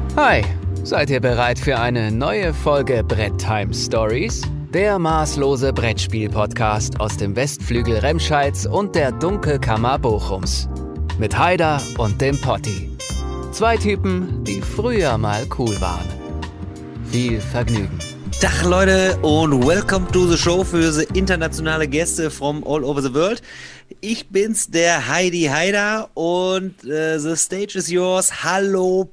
Hi, seid ihr bereit für eine neue Folge Brett Time Stories? Der maßlose Brettspiel-Podcast aus dem Westflügel Remscheids und der Dunkelkammer Bochums. Mit Haider und dem Potti. Zwei Typen, die früher mal cool waren. Viel Vergnügen. Tag Leute und welcome to the show für the internationale Gäste from all over the world. Ich bin's, der Heidi Haider und the stage is yours. Hallo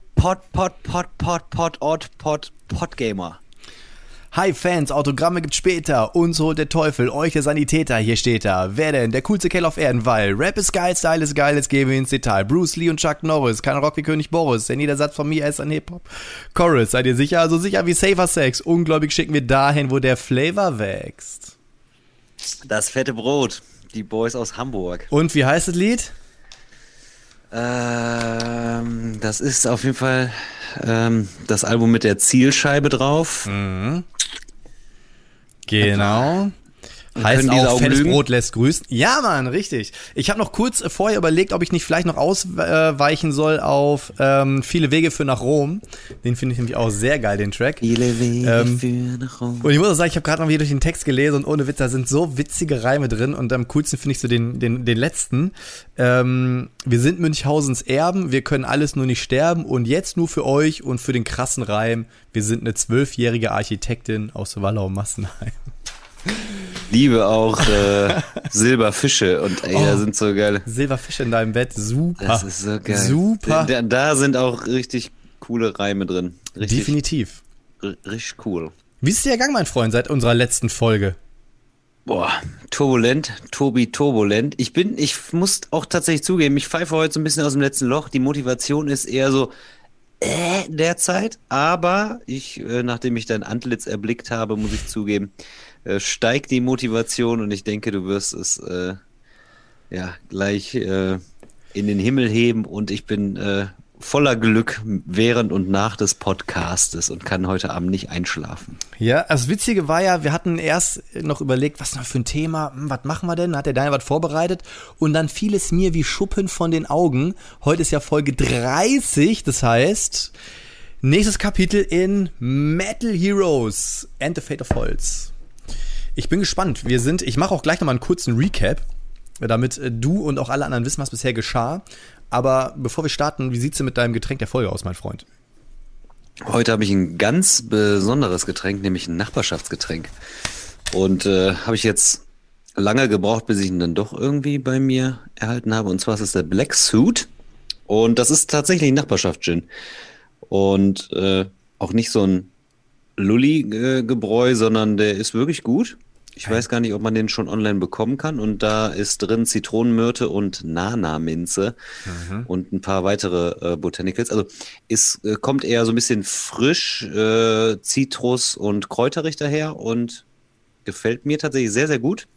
Podgamer. Hi Fans, Autogramme gibt's später. Uns holt der Teufel, euch der Sanitäter, hier steht er. Wer denn? Der coolste Kerl auf Erden, weil Rap ist geil, Style ist geil, jetzt gehen wir ins Detail. Bruce Lee und Chuck Norris, kein Rock wie König Boris, denn jeder Satz von mir ist ein Hip-Hop. Chorus, seid ihr sicher? Also sicher wie Safer Sex. Ungläubig schicken wir dahin, wo der Flavor wächst. Das fette Brot, die Boys aus Hamburg. Und wie heißt das Lied? Das ist auf jeden Fall das Album mit der Zielscheibe drauf. Mhm. Genau. Heißt auch, fettes Brot lässt grüßen. Ja, Mann, richtig. Ich habe noch kurz vorher überlegt, ob ich nicht vielleicht noch ausweichen soll auf Viele Wege für nach Rom. Den finde ich nämlich auch sehr geil, den Track. Viele Wege für nach Rom. Und ich muss auch sagen, ich habe gerade noch wieder durch den Text gelesen und ohne Witz, da sind so witzige Reime drin und am coolsten finde ich so den letzten. Wir sind Münchhausens Erben, wir können alles nur nicht sterben und jetzt nur für euch und für den krassen Reim, wir sind eine 12-jährige Architektin aus Wallau-Massenheim. Liebe auch Silberfische und ey, da sind so geile Silberfische in deinem Bett, super. Das ist so geil. Super. Da sind auch richtig coole Reime drin. Richtig, definitiv. Richtig cool. Wie ist es dir ergangen, mein Freund, seit unserer letzten Folge? Boah, turbulent, turbulent. Ich muss auch tatsächlich zugeben, ich pfeife heute so ein bisschen aus dem letzten Loch. Die Motivation ist eher so derzeit, aber nachdem ich dein Antlitz erblickt habe, muss ich zugeben, steigt die Motivation und ich denke, du wirst es gleich in den Himmel heben und ich bin voller Glück während und nach des Podcastes und kann heute Abend nicht einschlafen. Ja, das Witzige war ja, wir hatten erst noch überlegt, was noch für ein Thema, was machen wir denn? Hat der Daniel was vorbereitet? Und dann fiel es mir wie Schuppen von den Augen. Heute ist ja Folge 30, das heißt, nächstes Kapitel in Metal Heroes and the Fate of Holz. Ich bin gespannt. Ich mache auch gleich nochmal einen kurzen Recap, damit du und auch alle anderen wissen, was bisher geschah. Aber bevor wir starten, wie sieht's denn mit deinem Getränk der Folge aus, mein Freund? Heute habe ich ein ganz besonderes Getränk, nämlich ein Nachbarschaftsgetränk. Und habe ich jetzt lange gebraucht, bis ich ihn dann doch irgendwie bei mir erhalten habe. Und zwar ist es der Black Suit. Und das ist tatsächlich ein Nachbarschafts-Gin. Und auch nicht so ein Lulli-Gebräu, sondern der ist wirklich gut. Ich weiß gar nicht, ob man den schon online bekommen kann. Und da ist drin Zitronenmyrte und Nana-Minze und ein paar weitere Botanicals. Also kommt eher so ein bisschen frisch, Zitrus und kräuterig daher und gefällt mir tatsächlich sehr, sehr gut.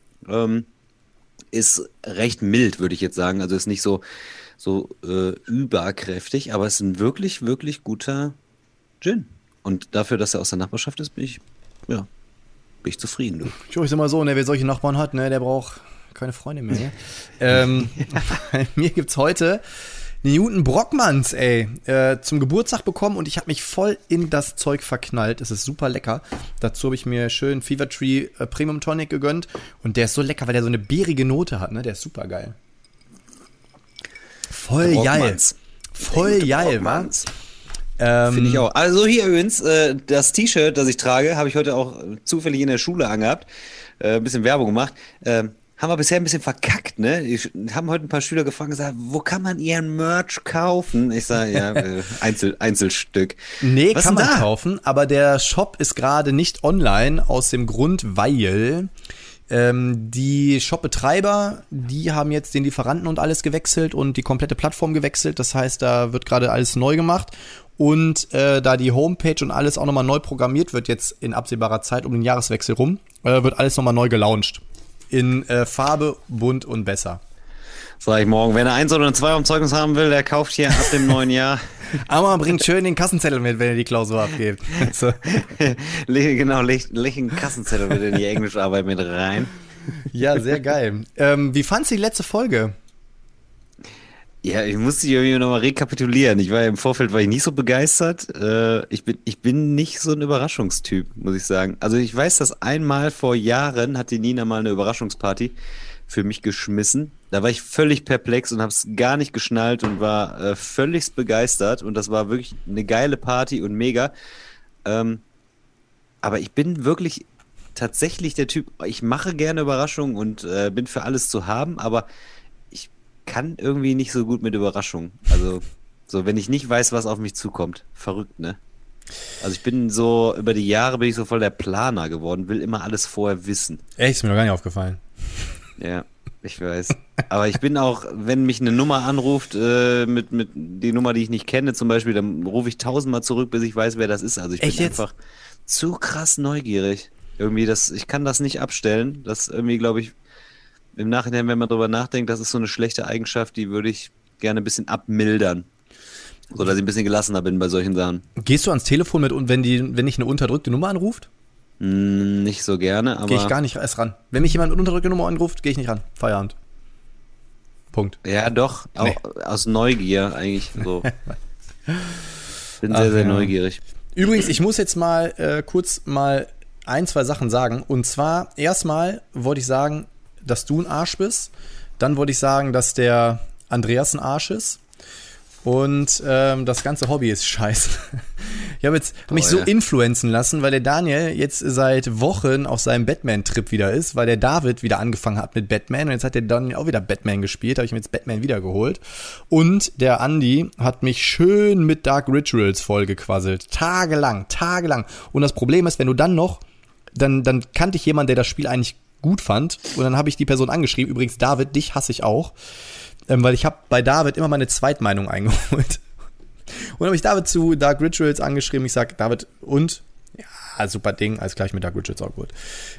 Ist recht mild, würde ich jetzt sagen. Also ist nicht so überkräftig, aber es ist ein wirklich, wirklich guter Gin. Und dafür, dass er aus der Nachbarschaft ist, bin ich zufrieden, du. Ich sag mal so, wer solche Nachbarn hat, der braucht keine Freunde mehr. Ne? Bei mir gibt's heute Newton Brockmanns, zum Geburtstag bekommen und ich habe mich voll in das Zeug verknallt. Es ist super lecker. Dazu habe ich mir schön Fever Tree Premium Tonic gegönnt und der ist so lecker, weil der so eine beerige Note hat, ne? Der ist super geil. Voll geil. Voll geil, wa? Finde ich auch. Also hier übrigens, das T-Shirt, das ich trage, habe ich heute auch zufällig in der Schule angehabt. Ein bisschen Werbung gemacht. Haben wir bisher ein bisschen verkackt, ne? Haben heute ein paar Schüler gefragt und gesagt, wo kann man ihren Merch kaufen? Ich sage, ja, Einzelstück. Nee, was kann man kaufen, aber der Shop ist gerade nicht online, aus dem Grund, weil die Shop-Betreiber, die haben jetzt den Lieferanten und alles gewechselt und die komplette Plattform gewechselt. Das heißt, da wird gerade alles neu gemacht. Und da die Homepage und alles auch nochmal neu programmiert wird, jetzt in absehbarer Zeit um den Jahreswechsel rum, wird alles nochmal neu gelauncht. In Farbe, bunt und besser. Sag ich morgen. Wenn er 1 oder 2 am Zeugnis haben will, der kauft hier ab dem neuen Jahr. Aber man bringt schön den Kassenzettel mit, wenn er die Klausur abgibt. So. Leg einen Kassenzettel mit in die Englischarbeit mit rein. Ja, sehr geil. Wie fandst du die letzte Folge? Ja, ich musste irgendwie nochmal rekapitulieren. Im Vorfeld war ich nicht so begeistert. Ich bin nicht so ein Überraschungstyp, muss ich sagen. Also ich weiß, dass einmal vor Jahren hat die Nina mal eine Überraschungsparty für mich geschmissen. Da war ich völlig perplex und habe es gar nicht geschnallt und war völligst begeistert. Und das war wirklich eine geile Party und mega. Aber ich bin wirklich tatsächlich der Typ, ich mache gerne Überraschungen und bin für alles zu haben, aber ich kann irgendwie nicht so gut mit Überraschungen. Also, so, wenn ich nicht weiß, was auf mich zukommt. Verrückt, ne? Also ich bin so, über die Jahre bin ich so voll der Planer geworden, will immer alles vorher wissen. Echt, ist mir noch gar nicht aufgefallen. Ja, ich weiß. Aber ich bin auch, wenn mich eine Nummer anruft, mit die Nummer, die ich nicht kenne zum Beispiel, dann rufe ich 1000-mal zurück, bis ich weiß, wer das ist. Also ich bin einfach zu krass neugierig. Irgendwie, ich kann das nicht abstellen. Das irgendwie, glaube ich, im Nachhinein, wenn man drüber nachdenkt, das ist so eine schlechte Eigenschaft, die würde ich gerne ein bisschen abmildern. So, dass ich ein bisschen gelassener bin bei solchen Sachen. Gehst du ans Telefon mit, und wenn dich eine unterdrückte Nummer anruft? Nicht so gerne, aber... Gehe ich gar nicht erst ran. Wenn mich jemand mit unterdrückte Nummer anruft, gehe ich nicht ran. Feierabend. Punkt. Ja, doch. Auch aus Neugier eigentlich. So. Bin sehr, sehr neugierig. Übrigens, ich muss jetzt mal kurz mal 2 Sachen sagen. Und zwar, erstmal wollte ich sagen, dass du ein Arsch bist. Dann wollte ich sagen, dass der Andreas ein Arsch ist. Und das ganze Hobby ist scheiße. Ich habe jetzt mich so influenzen lassen, weil der Daniel jetzt seit Wochen auf seinem Batman-Trip wieder ist, weil der David wieder angefangen hat mit Batman und jetzt hat der Daniel auch wieder Batman gespielt, habe ich mir jetzt Batman wiedergeholt. Und der Andi hat mich schön mit Dark Rituals vollgequasselt. Tagelang. Und das Problem ist, wenn du dann noch, dann kannte ich jemanden, der das Spiel eigentlich gut fand und dann habe ich die Person angeschrieben, übrigens David, dich hasse ich auch. Weil ich habe bei David immer meine Zweitmeinung eingeholt. Und habe ich David zu Dark Rituals angeschrieben. Ich sage, David, und? Ja, super Ding, alles gleich mit Dark Rituals auch gut.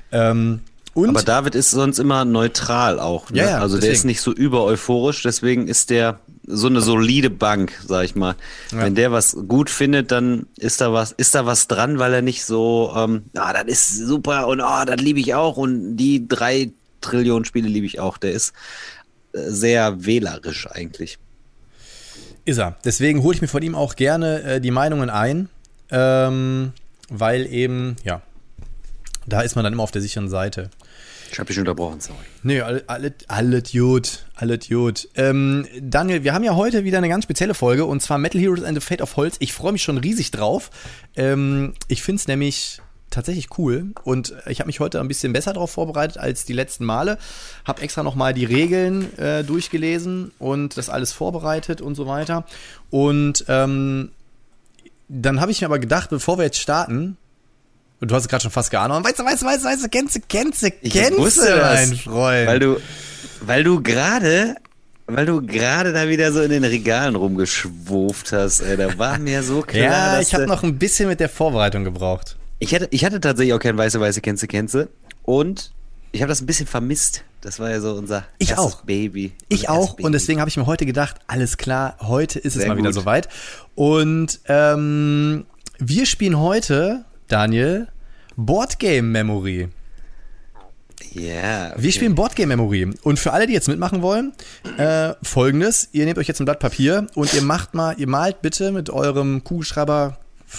Aber David ist sonst immer neutral auch. Ne? Ja, also deswegen. Der ist nicht so über euphorisch, deswegen ist der so eine solide Bank, sag ich mal. Ja. Wenn der was gut findet, dann ist da was dran, weil er nicht so, das ist super und das liebe ich auch und die 3 Trillionen Spiele liebe ich auch. Der ist sehr wählerisch eigentlich. Ist er. Deswegen hole ich mir von ihm auch gerne die Meinungen ein, weil eben, ja, da ist man dann immer auf der sicheren Seite. Ich habe dich unterbrochen, sorry. Nee, alles gut. Daniel, wir haben ja heute wieder eine ganz spezielle Folge und zwar Metal Heroes and the Fate of Holz. Ich freue mich schon riesig drauf. Ich finde es nämlich tatsächlich cool und ich habe mich heute ein bisschen besser darauf vorbereitet als die letzten Male. Habe extra nochmal die Regeln durchgelesen und das alles vorbereitet und so weiter. Und dann habe ich mir aber gedacht, bevor wir jetzt starten, und du hast es gerade schon fast geahnt, weißt du, kennst du, mein Freund. Weil du gerade da wieder so in den Regalen rumgeschwurft hast, ey, da war mir so klar, ja, ich habe noch ein bisschen mit der Vorbereitung gebraucht. Ich hatte tatsächlich auch kein weiße kennst und ich habe das ein bisschen vermisst. Das war ja so unser erstes Baby. Ich auch und deswegen habe ich mir heute gedacht, alles klar, heute ist es mal wieder soweit. Und wir spielen heute, Daniel, Boardgame Memory. Ja. Okay. Wir spielen Boardgame Memory. Und für alle, die jetzt mitmachen wollen, Folgendes: Ihr nehmt euch jetzt ein Blatt Papier und ihr malt bitte mit eurem Kugelschreiber,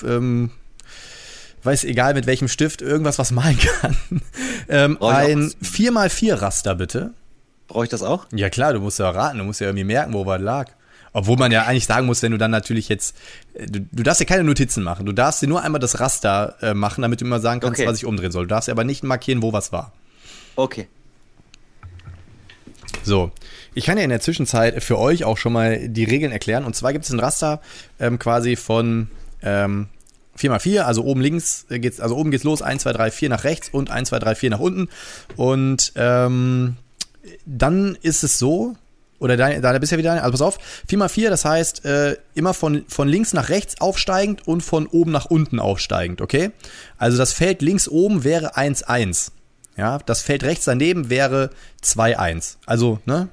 egal mit welchem Stift, irgendwas, was malen kann. Ein 4x4 Raster, bitte. Brauche ich das auch? Ja klar, du musst ja raten, du musst ja irgendwie merken, wo was lag. Obwohl man ja eigentlich sagen muss, wenn du dann natürlich jetzt, du darfst dir keine Notizen machen, du darfst dir nur einmal das Raster machen, damit du immer sagen kannst, was ich umdrehen soll. Du darfst aber nicht markieren, wo was war. Okay. So, ich kann ja in der Zwischenzeit für euch auch schon mal die Regeln erklären. Und zwar gibt es ein Raster quasi von 4x4, also oben links geht's, also oben geht's los, 1, 2, 3, 4 nach rechts und 1, 2, 3, 4 nach unten. Und dann ist es so, oder da bist du ja wieder, also pass auf, 4x4, das heißt immer von links nach rechts aufsteigend und von oben nach unten aufsteigend, okay? Also das Feld links oben wäre 1-1. Ja, das Feld rechts daneben wäre 2-1. Also, ne?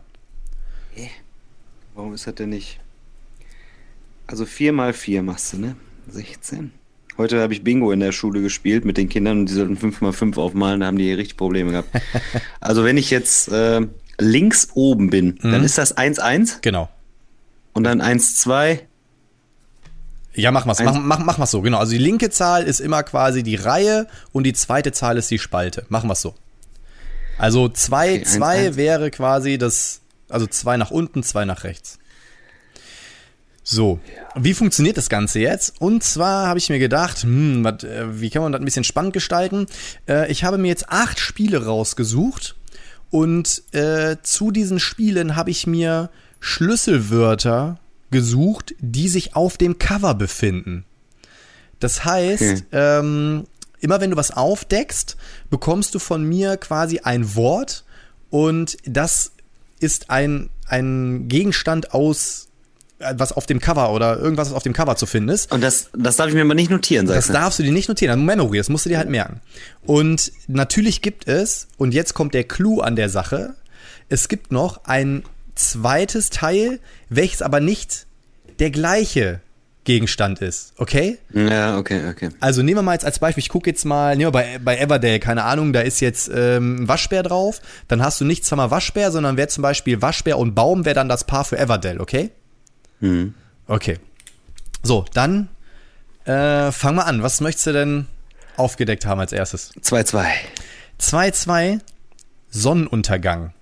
Warum ist das denn nicht? Also 4x4 machst du, ne? 16. Heute habe ich Bingo in der Schule gespielt mit den Kindern und die sollten 5x5 aufmalen, da haben die richtig Probleme gehabt. Also wenn ich jetzt links oben bin, dann ist das 1-1? Genau. Und dann 1, 2. Ja, mach mal's so, genau. Also die linke Zahl ist immer quasi die Reihe und die zweite Zahl ist die Spalte. Machen wir's so. Also 2, Okay, 2 wäre quasi also 2 nach unten, 2 nach rechts. So, wie funktioniert das Ganze jetzt? Und zwar habe ich mir gedacht, wie kann man das ein bisschen spannend gestalten? Ich habe mir jetzt 8 Spiele rausgesucht und zu diesen Spielen habe ich mir Schlüsselwörter gesucht, die sich auf dem Cover befinden. Das heißt, immer wenn du was aufdeckst, bekommst du von mir quasi ein Wort und das ist ein Gegenstand aus, was auf dem Cover oder irgendwas, was auf dem Cover zu finden ist. Und das darf ich mir aber nicht notieren, sagst du? Das darfst du dir nicht notieren, also Memory, das musst du dir halt merken. Und natürlich gibt es, und jetzt kommt der Clou an der Sache, es gibt noch ein zweites Teil, welches aber nicht der gleiche Gegenstand ist, okay? Ja, okay. Also nehmen wir mal jetzt als Beispiel, ich gucke jetzt mal, nehmen wir bei Everdale, keine Ahnung, da ist jetzt ein Waschbär drauf, dann hast du nicht zweimal Waschbär, sondern wäre zum Beispiel Waschbär und Baum, wäre dann das Paar für Everdale, okay? Mhm. Okay. So, dann fang mal an. Was möchtest du denn aufgedeckt haben als erstes? 2, 2. 2, 2, Sonnenuntergang.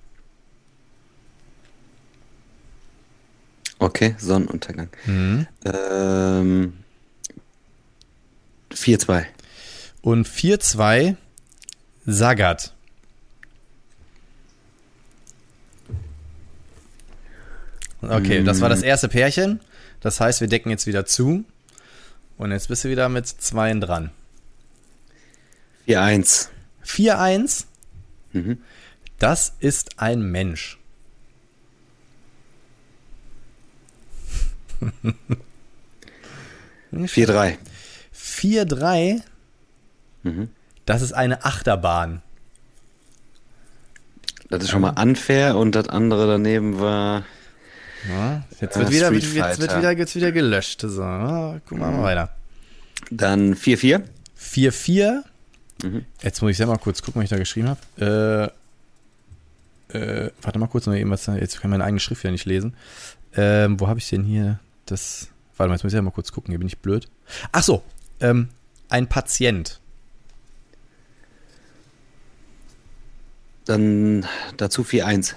Okay, Sonnenuntergang. 4, 2. Und 4, 2, Sagat. Okay, das war das erste Pärchen. Das heißt, wir decken jetzt wieder zu. Und jetzt bist du wieder mit 2 dran. 4, 1. 4, 1. Mhm. Das ist ein Mensch. 4, 3. 4, 3. Mhm. Das ist eine Achterbahn. Das ist schon mal unfair und das andere daneben war. Ja, jetzt wird wieder gelöscht. So, gucken wir mal weiter. Dann 4, 4. 4, 4. Mhm. Jetzt muss ich selber mal kurz gucken, was ich da geschrieben habe. Warte mal kurz, noch eben was. Jetzt kann ich meine eigene Schrift wieder nicht lesen. Wo habe ich denn hier das? Warte mal, jetzt muss ich ja mal kurz gucken, hier bin ich blöd. Ach so, ein Patient. Dann dazu 4, 1.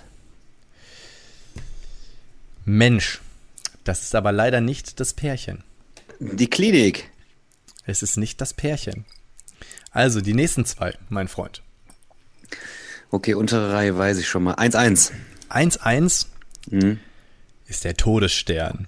Mensch. Das ist aber leider nicht das Pärchen. Die Klinik. Es ist nicht das Pärchen. Also, die nächsten 2, mein Freund. Okay, untere Reihe weiß ich schon mal. 1, 1. 1, 1 Mhm. ist der Todesstern.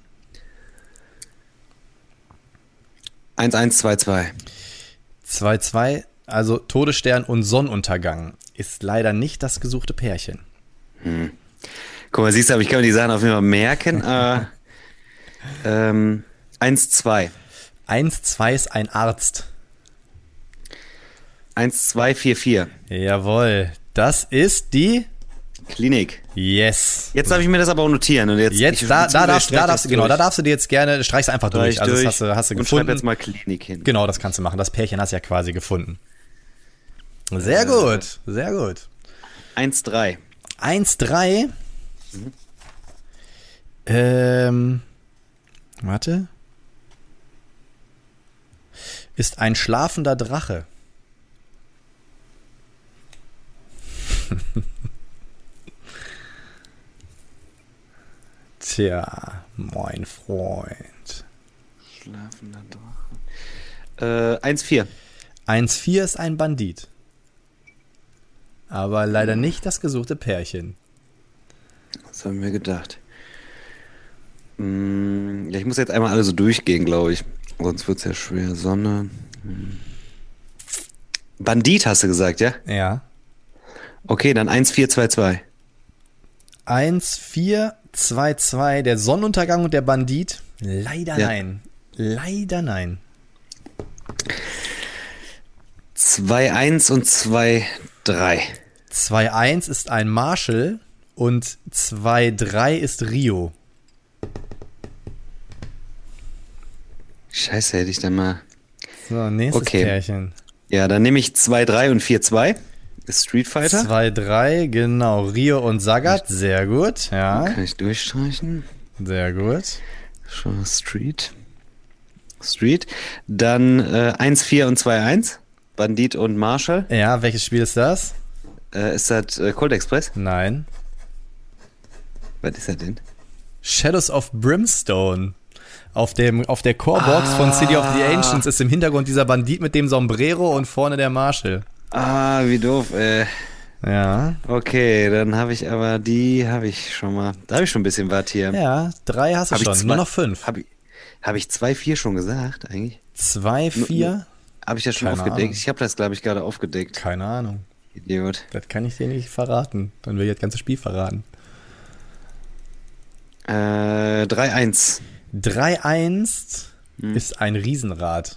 1, 1, 2, 2. 2, 2, also Todesstern und Sonnenuntergang ist leider nicht das gesuchte Pärchen. Guck mal, siehst du, aber ich kann mir die Sachen auf jeden Fall merken. 1, 2. 1, 2 ist ein Arzt. 1, 2, 4, 4. Jawohl, das ist die Klinik. Yes. Jetzt darf ich mir das aber auch notieren. Und jetzt Da darfst du dir jetzt gerne, streich's einfach durch. Also das hast du und gefunden. schreib jetzt mal Klinik hin. Genau, das kannst du machen. Das Pärchen hast du ja quasi gefunden. Sehr gut, sehr gut. 1, 3. 1, 3. Warte. Ist ein schlafender Drache. Tja, mein Freund. Schlafender Drache. 1, 4. 1, 4 ist ein Bandit. Aber leider nicht das gesuchte Pärchen. Das haben wir gedacht. Ja, ich muss jetzt einmal alle so durchgehen, glaube ich. Sonst wird es ja schwer. Sonne. Bandit hast du gesagt, ja? Ja. Okay, dann 1, 4, 2, 2. 1, 4, 2, 2. Der Sonnenuntergang und der Bandit? Leider Ja. nein. Leider nein. 2, 1 und 2, 3. 2, 1 ist ein Marshall und 2, 3 ist Rio. Scheiße, hätte ich dann mal. So, nächstes Okay. Pärchen. Ja, dann nehme ich 2, 3 und 4, 2. Ist Street Fighter. 2, 3, genau. Rio und Sagat, sehr gut, ja. Kann ich durchstreichen. Sehr gut. Schon mal Street. Dann 1, 4 und 2, 1. Bandit und Marshall. Ja, welches Spiel ist das? Ist das Cold Express? Nein. Was ist das denn? Shadows of Brimstone. Auf der Core-Box von City of the Ancients ist im Hintergrund dieser Bandit mit dem Sombrero und vorne der Marshall. Wie doof, Ja. Okay, dann habe ich aber da habe ich schon ein bisschen was hier. Ja, 3 hast du schon, nur noch 5. Habe ich 2, 4 schon gesagt, eigentlich? 2, 4? Habe ich das schon Keine aufgedeckt? Ahnung. Ich habe das, glaube ich, gerade aufgedeckt. Keine Ahnung. Idiot. Das kann ich dir nicht verraten. Dann will ich das ganze Spiel verraten. 3, 1. 3, 1 ist ein Riesenrad.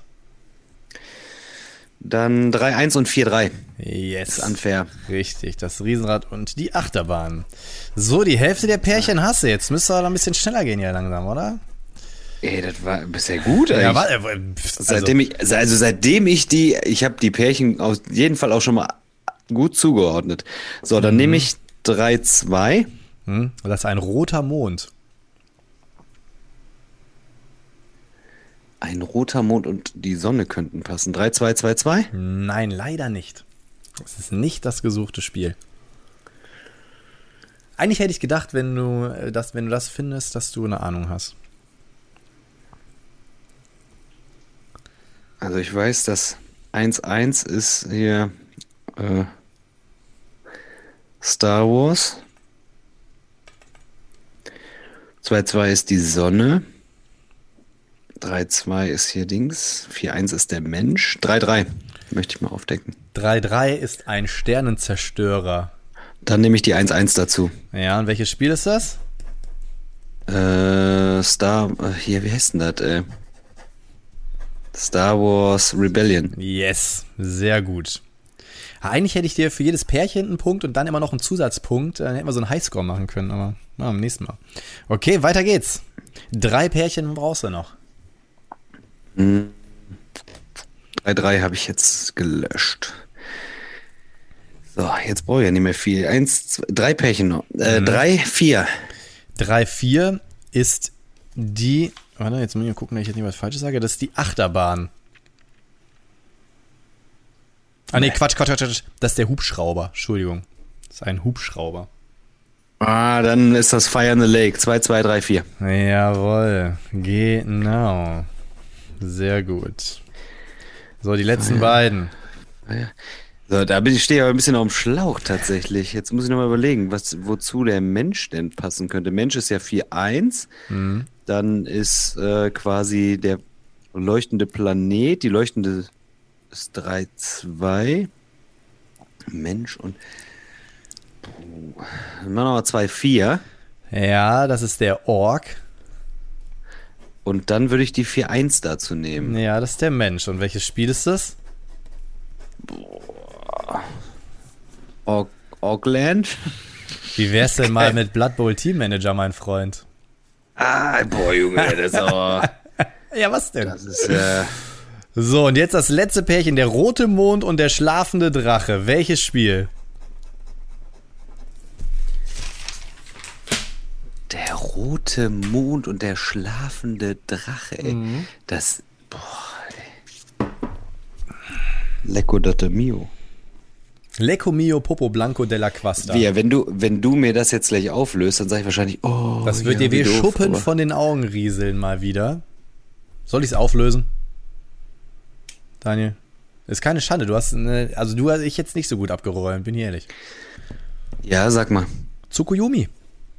Dann 3, 1 und 4, 3. Yes. Das ist unfair. Richtig, das Riesenrad und die Achterbahn. So, die Hälfte der Pärchen hast du. Jetzt müsste aber ein bisschen schneller gehen hier langsam, oder? Ey, das war bisher gut eigentlich. Ja, warte. Seitdem ich habe die Pärchen auf jeden Fall auch schon mal gut zugeordnet. So, dann nehme ich 3, 2. Das ist ein roter Mond. Ein roter Mond und die Sonne könnten passen. 3, 2, 2, 2? Nein, leider nicht. Das ist nicht das gesuchte Spiel. Eigentlich hätte ich gedacht, wenn du das findest, dass du eine Ahnung hast. Also ich weiß, dass 1, 1 ist hier Star Wars. 2, 2 ist die Sonne. 3, 2 ist hier Dings. 4, 1 ist der Mensch. 3, 3 möchte ich mal aufdecken. 3, 3 ist ein Sternenzerstörer. Dann nehme ich die 1, 1 dazu. Ja, und welches Spiel ist das? Wie heißt denn das, Star Wars Rebellion. Yes, sehr gut. Eigentlich hätte ich dir für jedes Pärchen einen Punkt und dann immer noch einen Zusatzpunkt. Dann hätten wir so einen Highscore machen können, aber am nächsten Mal. Okay, weiter geht's. 3 Pärchen brauchst du noch. 3, 3 habe ich jetzt gelöscht. So, jetzt brauche ich ja nicht mehr viel. 3 Pärchen noch. 3, 4. 3, 4 ist die... Warte, jetzt muss ich mal gucken, dass ich jetzt nicht was Falsches sage. Das ist die Achterbahn. Nee, Quatsch. Das ist der Hubschrauber. Entschuldigung. Das ist ein Hubschrauber. Dann ist das Fire in the Lake. 2, 2, 3, 4. Jawohl. Genau. Sehr gut. So, die letzten beiden. So, stehe ich aber ein bisschen auf dem Schlauch tatsächlich. Jetzt muss ich nochmal überlegen, wozu der Mensch denn passen könnte. Mensch ist ja 4, 1. Dann ist quasi der leuchtende Planet. Die leuchtende ist 3, 2. Mensch und... Dann machen wir noch 2, 4. Ja, das ist der Ork. Und dann würde ich die 4, 1 dazu nehmen. Ja, das ist der Mensch. Und welches Spiel ist das? Auckland? Wie wär's denn mal mit Blood Bowl Team Manager, mein Freund? Boah, Junge, das ist aber... Ja, was denn? Das ist, So, und jetzt das letzte Pärchen, der rote Mond und der schlafende Drache. Welches Spiel? Der rote Mond und der schlafende Drache, ey. Das... Boah, ey. Lecco Dotto Mio. Lecco Mio Popo Blanco della Quasta. Wenn du mir das jetzt gleich auflöst, dann sage ich wahrscheinlich, das wird dir wie Schuppen von den Augen rieseln mal wieder. Soll ich es auflösen? Daniel? Ist keine Schande, du hast ich jetzt nicht so gut abgeräumt, bin ich ehrlich. Ja, sag mal. Tsukuyomi.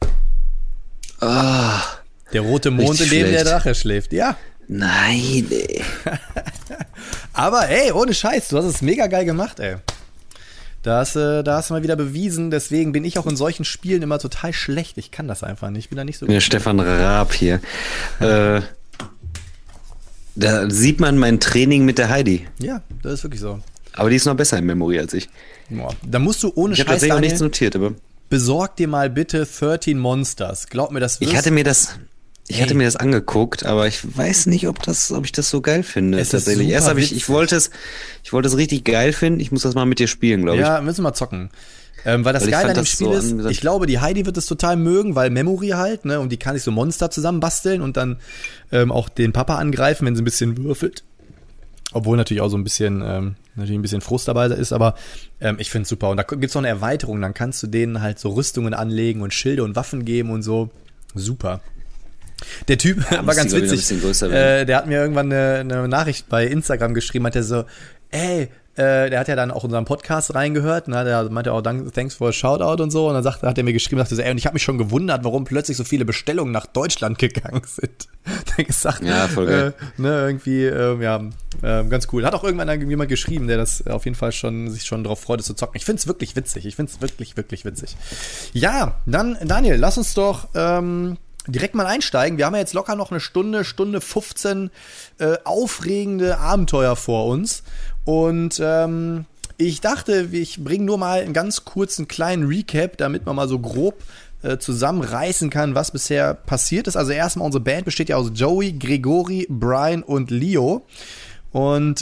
Der rote Mond, in dem der Drache schläft, ja. Nein, ey. Aber ey, ohne Scheiß, du hast es mega geil gemacht, ey. Da hast du mal wieder bewiesen, deswegen bin ich auch in solchen Spielen immer total schlecht. Ich kann das einfach nicht, ich bin da nicht so gut. Der Stefan Raab hier. Da sieht man mein Training mit der Heidi. Ja, das ist wirklich so. Aber die ist noch besser in Memory als ich. Boah, da musst du ohne Scheiß, Daniel, tatsächlich auch nichts notiert, aber... Besorg dir mal bitte 13 Monsters. Glaub mir, das wirst... Ich hatte mir das angeguckt, aber ich weiß nicht, ob ich das so geil finde. Es ist tatsächlich. super Ich wollte es richtig geil finden. Ich muss das mal mit dir spielen, glaube ich. Ja, müssen wir mal zocken. Weil das ich Geile an fand dem das Spiel so ist, angesagt. ich glaube, die Heidi wird es total mögen, weil Memory halt, ne, und die kann sich so Monster zusammen basteln und dann auch den Papa angreifen, wenn sie ein bisschen würfelt. Obwohl natürlich auch so ein bisschen Frust dabei ist, aber ich finde es super. Und da gibt's noch eine Erweiterung, dann kannst du denen halt so Rüstungen anlegen und Schilde und Waffen geben und so. Super. Der Typ war ganz witzig. Der hat mir irgendwann eine Nachricht bei Instagram geschrieben, hat er so, der hat ja dann auch unseren Podcast reingehört, ne? Der meinte auch, thanks for a Shoutout und so. Und dann hat er mir geschrieben, dachte so, und ich habe mich schon gewundert, warum plötzlich so viele Bestellungen nach Deutschland gegangen sind. Der gesagt, ja, voll geil. Irgendwie, ganz cool. Hat auch irgendwann jemand geschrieben, der das auf jeden Fall sich schon drauf freut, es zu zocken. Ich find's wirklich witzig. Ich find's wirklich, wirklich witzig. Ja, dann, Daniel, lass uns doch direkt mal einsteigen. Wir haben ja jetzt locker noch eine Stunde 15 aufregende Abenteuer vor uns. Und ich dachte, ich bringe nur mal einen ganz kurzen kleinen Recap, damit man mal so grob zusammenreißen kann, was bisher passiert ist. Also erstmal, unsere Band besteht ja aus Joey, Gregory, Brian und Leo. Und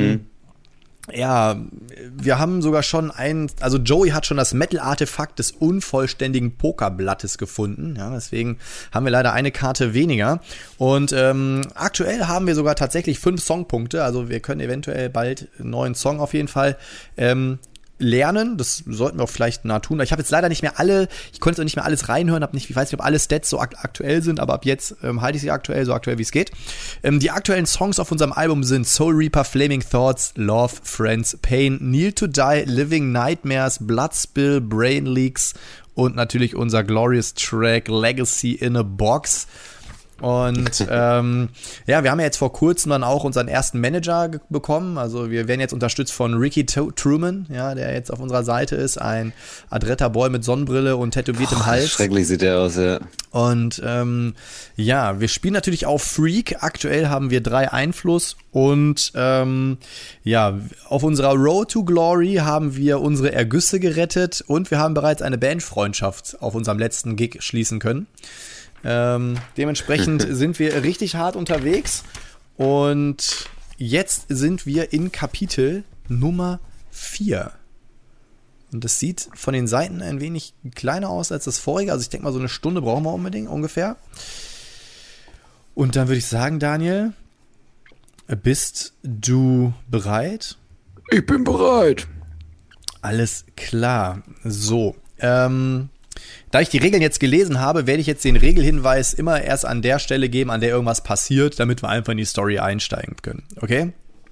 ja, wir haben sogar schon also Joey hat schon das Metal-Artefakt des unvollständigen Pokerblattes gefunden. Ja, deswegen haben wir leider eine Karte weniger. Und aktuell haben wir sogar tatsächlich 5 Songpunkte. Also wir können eventuell bald einen neuen Song auf jeden Fall lernen. Das sollten wir auch vielleicht nah tun. Ich habe jetzt leider nicht mehr ich konnte jetzt auch nicht mehr alles reinhören, ich weiß nicht, ob alle Stats so aktuell sind, aber ab jetzt halte ich sie aktuell, so aktuell wie es geht. Die aktuellen Songs auf unserem Album sind Soul Reaper, Flaming Thoughts, Love, Friends, Pain, Kneel to Die, Living Nightmares, Blood Spill, Brain Leaks und natürlich unser Glorious Track Legacy in a Box. Und wir haben ja jetzt vor kurzem dann auch unseren ersten Manager bekommen. Also wir werden jetzt unterstützt von Ricky Truman, ja, der jetzt auf unserer Seite ist. Ein adretter Boy mit Sonnenbrille und tätowiertem Hals. Schrecklich sieht der aus, ja. Und wir spielen natürlich auf Freak. Aktuell haben wir 3 Einfluss. Und auf unserer Road to Glory haben wir unsere Ergüsse gerettet. Und wir haben bereits eine Bandfreundschaft auf unserem letzten Gig schließen können. Dementsprechend sind wir richtig hart unterwegs und jetzt sind wir in Kapitel Nummer 4 und das sieht von den Seiten ein wenig kleiner aus als das vorige, also ich denke mal so eine Stunde brauchen wir unbedingt ungefähr und dann würde ich sagen, Daniel, bist du bereit? Ich bin bereit. Alles klar, so, da ich die Regeln jetzt gelesen habe, werde ich jetzt den Regelhinweis immer erst an der Stelle geben, an der irgendwas passiert, damit wir einfach in die Story einsteigen können. Okay?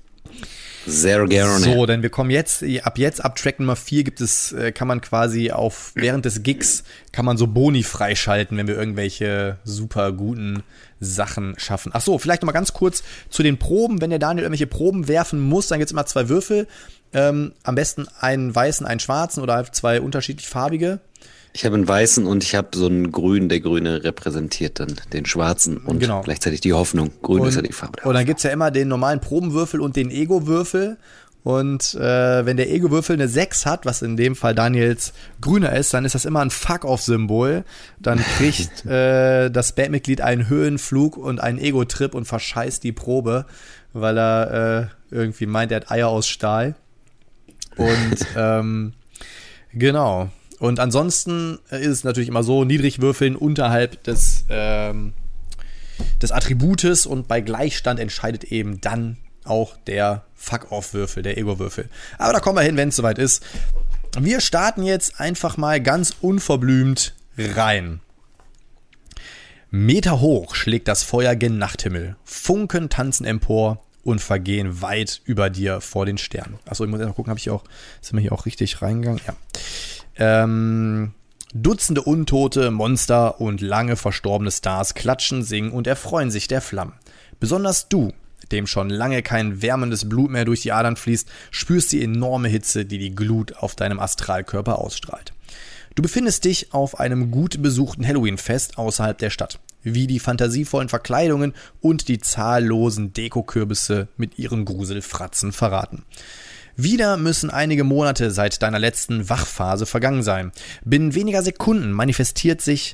Sehr gerne. So, denn wir kommen ab Track Nummer 4 kann man quasi während des Gigs, kann man so Boni freischalten, wenn wir irgendwelche super guten Sachen schaffen. Ach so, vielleicht noch mal ganz kurz zu den Proben. Wenn der Daniel irgendwelche Proben werfen muss, dann gibt es immer 2 Würfel. Am besten einen weißen, einen schwarzen oder 2 unterschiedlich farbige. Ich habe einen weißen und ich habe so einen grünen. Der grüne repräsentiert dann den schwarzen und gleichzeitig die Hoffnung. Grün ist ja die Farbe. Und dann gibt's ja immer den normalen Probenwürfel und den Ego-Würfel. Und wenn der Ego-Würfel eine 6 hat, was in dem Fall Daniels grüner ist, dann ist das immer ein Fuck-Off-Symbol. Dann kriegt das Bandmitglied einen Höhenflug und einen Ego-Trip und verscheißt die Probe, weil er irgendwie meint, er hat Eier aus Stahl. Und genau. Und ansonsten ist es natürlich immer so, niedrig würfeln unterhalb des Attributes und bei Gleichstand entscheidet eben dann auch der Fuck-Off-Würfel, der Ego-Würfel. Aber da kommen wir hin, wenn es soweit ist. Wir starten jetzt einfach mal ganz unverblümt rein. Meter hoch schlägt das Feuer gen Nachthimmel. Funken tanzen empor und vergehen weit über dir vor den Sternen. Achso, ich muss erst mal gucken, sind wir hier auch richtig reingegangen? Ja. Dutzende Untote, Monster und lange verstorbene Stars klatschen, singen und erfreuen sich der Flammen. Besonders du, dem schon lange kein wärmendes Blut mehr durch die Adern fließt, spürst die enorme Hitze, die Glut auf deinem Astralkörper ausstrahlt. Du befindest dich auf einem gut besuchten Halloween-Fest außerhalb der Stadt, wie die fantasievollen Verkleidungen und die zahllosen Dekokürbisse mit ihren Gruselfratzen verraten. Wieder müssen einige Monate seit deiner letzten Wachphase vergangen sein. Binnen weniger Sekunden manifestiert sich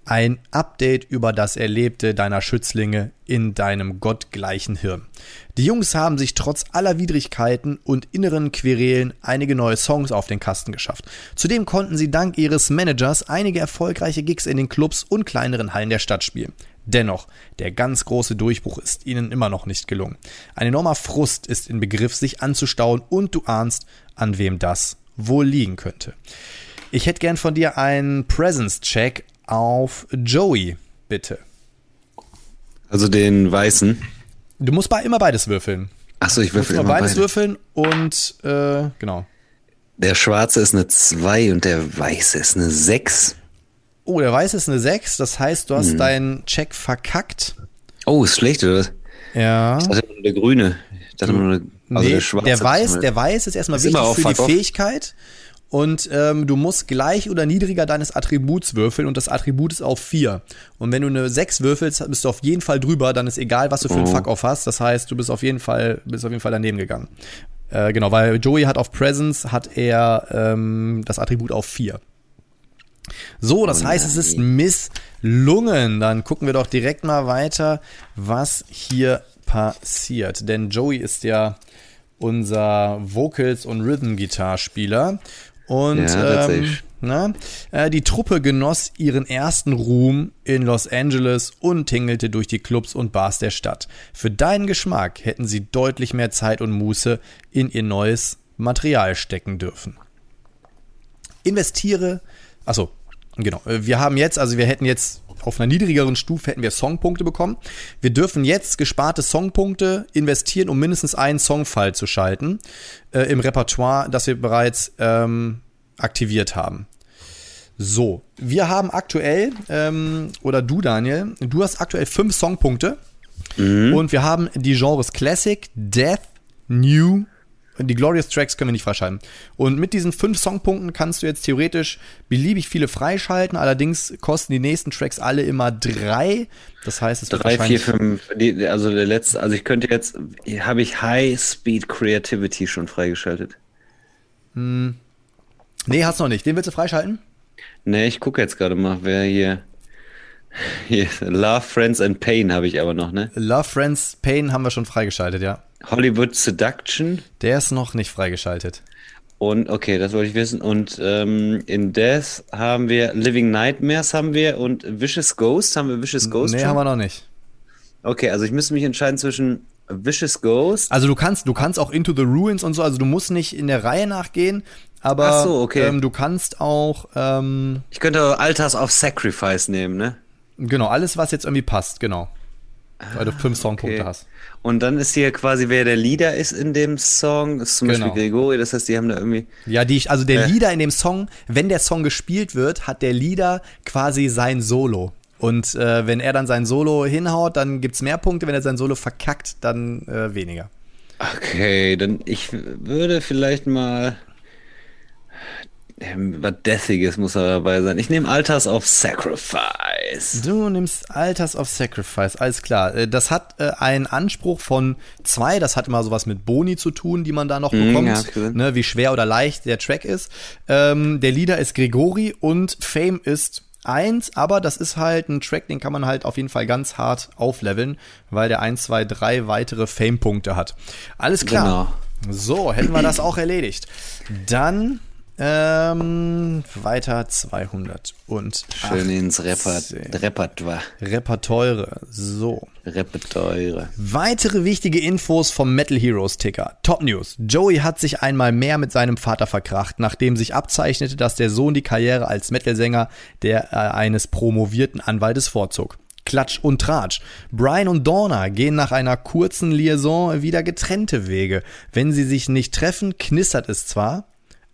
Ein Update über das Erlebte deiner Schützlinge in deinem gottgleichen Hirn. Die Jungs haben sich trotz aller Widrigkeiten und inneren Querelen einige neue Songs auf den Kasten geschafft. Zudem konnten sie dank ihres Managers einige erfolgreiche Gigs in den Clubs und kleineren Hallen der Stadt spielen. Dennoch, der ganz große Durchbruch ist ihnen immer noch nicht gelungen. Ein enormer Frust ist im Begriff, sich anzustauen, und du ahnst, an wem das wohl liegen könnte. Ich hätte gern von dir einen Presence-Check auf Joey, bitte. Also den weißen. Du musst immer beides würfeln. Achso, ich würfel immer beides beide. Würfeln und, genau. Der schwarze ist eine 2 und der weiße ist eine 6. Oh, der weiße ist eine 6, das heißt, du hast deinen Check verkackt. Oh, ist schlecht, oder was? Ja. Ich dachte nur der grüne. Ich dachte nur der schwarze. Der Weiß ist erstmal Ist wichtig immer auf für die Fuck off. Fähigkeit. Und du musst gleich oder niedriger deines Attributs würfeln und das Attribut ist auf 4. Und wenn du eine 6 würfelst, bist du auf jeden Fall drüber, dann ist egal, was du für einen Fuck-Off hast. Das heißt, du bist auf jeden Fall daneben gegangen. Genau, weil Joey hat auf Presence, hat er das Attribut auf 4. So, das heißt, es ist misslungen. Dann gucken wir doch direkt mal weiter, was hier passiert. Denn Joey ist ja unser Vocals- und Rhythm-Gitarrspieler. Und die Truppe genoss ihren ersten Ruhm in Los Angeles und tingelte durch die Clubs und Bars der Stadt. Für deinen Geschmack hätten sie deutlich mehr Zeit und Muße in ihr neues Material stecken dürfen. Wir hätten jetzt auf einer niedrigeren Stufe hätten wir Songpunkte bekommen. Wir dürfen jetzt gesparte Songpunkte investieren, um mindestens einen Songfile zu schalten im Repertoire, das wir bereits aktiviert haben. So, wir haben aktuell, oder du, Daniel, du hast aktuell 5 Songpunkte und wir haben die Genres Classic, Death, New. Die Glorious Tracks können wir nicht freischalten. Und mit diesen 5 Songpunkten kannst du jetzt theoretisch beliebig viele freischalten. Allerdings kosten die nächsten Tracks alle immer 3. Das heißt, es wird 3, 4, 5. Also der letzte. Also ich könnte jetzt. Habe ich High Speed Creativity schon freigeschaltet? Nee, hast du noch nicht. Den willst du freischalten? Nee, ich gucke jetzt gerade mal, wer hier. Love, Friends and Pain habe ich aber noch, ne? Love, Friends, Pain haben wir schon freigeschaltet, ja. Hollywood Seduction. Der ist noch nicht freigeschaltet. Und, okay, das wollte ich wissen. Und in Death haben wir Living Nightmares und Vicious Ghost. Haben wir Vicious Ghost Nee, schon? haben wir noch nicht. Okay, also ich müsste mich entscheiden zwischen Vicious Ghost. Also du kannst auch Into the Ruins und so, also du musst nicht in der Reihe nachgehen, aber Ach so, okay. Du kannst auch Ich könnte Altars of Sacrifice nehmen, ne? genau, alles, was jetzt irgendwie passt, genau. Weil du 5 Songpunkte hast. Und dann ist hier quasi, wer der Leader ist in dem Song, ist zum Beispiel Gregori, das heißt, die haben da irgendwie... Ja, der Leader in dem Song, wenn der Song gespielt wird, hat der Leader quasi sein Solo. Und wenn er dann sein Solo hinhaut, dann gibt's mehr Punkte, wenn er sein Solo verkackt, dann weniger. Okay, dann ich würde vielleicht mal... Was Deathiges muss da dabei sein. Ich nehme Altars of Sacrifice. Du nimmst Altars of Sacrifice, alles klar. Das hat einen Anspruch von 2, das hat immer sowas mit Boni zu tun, die man da noch bekommt, ja, ne, wie schwer oder leicht der Track ist. Der Leader ist Gregori und Fame ist 1, aber das ist halt ein Track, den kann man halt auf jeden Fall ganz hart aufleveln, weil der 1, 2, 3 weitere Fame-Punkte hat. Alles klar. Genau. So, hätten wir das auch erledigt. Dann weiter 200 und schön ins Repertoire. So. Repertoire. Weitere wichtige Infos vom Metal Heroes Ticker. Top News. Joey hat sich einmal mehr mit seinem Vater verkracht, nachdem sich abzeichnete, dass der Sohn die Karriere als Metal-Sänger eines promovierten Anwaltes vorzog. Klatsch und Tratsch. Brian und Donna gehen nach einer kurzen Liaison wieder getrennte Wege. Wenn sie sich treffen, knistert es zwar,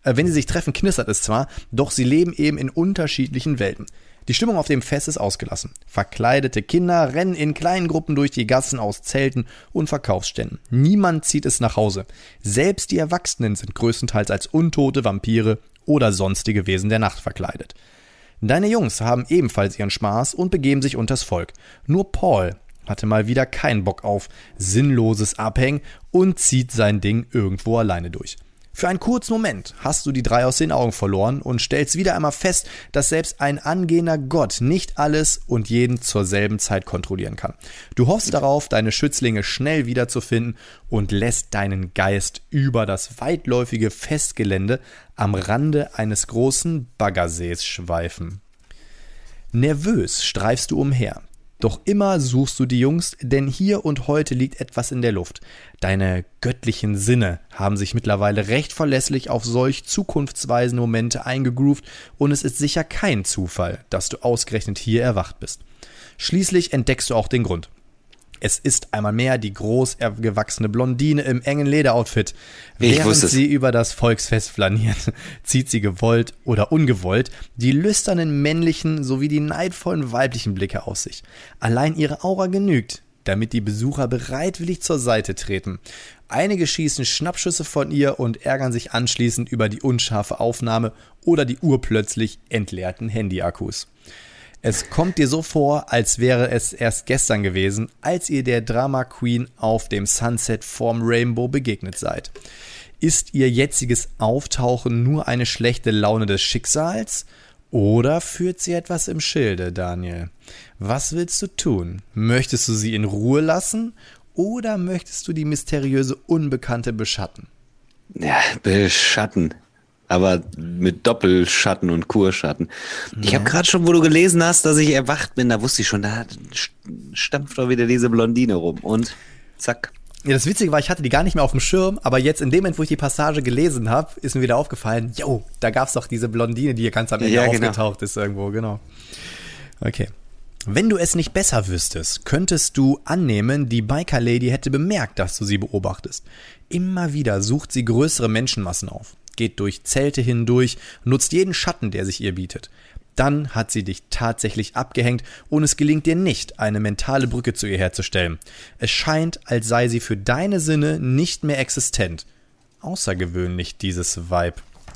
doch sie leben eben in unterschiedlichen Welten. Die Stimmung auf dem Fest ist ausgelassen. Verkleidete Kinder rennen in kleinen Gruppen durch die Gassen aus Zelten und Verkaufsständen. Niemand zieht es nach Hause. Selbst die Erwachsenen sind größtenteils als untote Vampire oder sonstige Wesen der Nacht verkleidet. Deine Jungs haben ebenfalls ihren Spaß und begeben sich unters Volk. Nur Paul hatte mal wieder keinen Bock auf sinnloses Abhängen und zieht sein Ding irgendwo alleine durch. Für einen kurzen Moment hast du die 3 aus den Augen verloren und stellst wieder einmal fest, dass selbst ein angehender Gott nicht alles und jeden zur selben Zeit kontrollieren kann. Du hoffst darauf, deine Schützlinge schnell wiederzufinden und lässt deinen Geist über das weitläufige Festgelände am Rande eines großen Baggersees schweifen. Nervös streifst du umher. Doch immer suchst du die Jungs, denn hier und heute liegt etwas in der Luft. Deine göttlichen Sinne haben sich mittlerweile recht verlässlich auf solch zukunftsweisende Momente eingegroovt und es ist sicher kein Zufall, dass du ausgerechnet hier erwacht bist. Schließlich entdeckst du auch den Grund. Es ist einmal mehr die groß gewachsene Blondine im engen Lederoutfit. Während sie über das Volksfest flaniert, zieht sie gewollt oder ungewollt die lüsternen männlichen sowie die neidvollen weiblichen Blicke auf sich. Allein ihre Aura genügt, damit die Besucher bereitwillig zur Seite treten. Einige schießen Schnappschüsse von ihr und ärgern sich anschließend über die unscharfe Aufnahme oder die urplötzlich entleerten Handyakkus. Es kommt dir so vor, als wäre es erst gestern gewesen, als ihr der Drama Queen auf dem Sunset vorm Rainbow begegnet seid. Ist ihr jetziges Auftauchen nur eine schlechte Laune des Schicksals? Oder führt sie etwas im Schilde, Daniel? Was willst du tun? Möchtest du sie in Ruhe lassen? Oder möchtest du die mysteriöse Unbekannte beschatten? Ja, beschatten. Aber mit Doppelschatten und Kurschatten. Ich habe gerade schon, wo du gelesen hast, dass ich erwacht bin, da wusste ich schon, da stampft doch wieder diese Blondine rum. Und zack. Ja, das Witzige war, ich hatte die gar nicht mehr auf dem Schirm, aber jetzt in dem Moment, wo ich die Passage gelesen habe, ist mir wieder aufgefallen, da gab's doch diese Blondine, die hier ganz am Ende aufgetaucht ist irgendwo, genau. Okay. Wenn du es nicht besser wüsstest, könntest du annehmen, die Biker-Lady hätte bemerkt, dass du sie beobachtest. Immer wieder sucht sie größere Menschenmassen auf, geht durch Zelte hindurch, nutzt jeden Schatten, der sich ihr bietet. Dann hat sie dich tatsächlich abgehängt und es gelingt dir nicht, eine mentale Brücke zu ihr herzustellen. Es scheint, als sei sie für deine Sinne nicht mehr existent. Außergewöhnlich, dieses Vibe.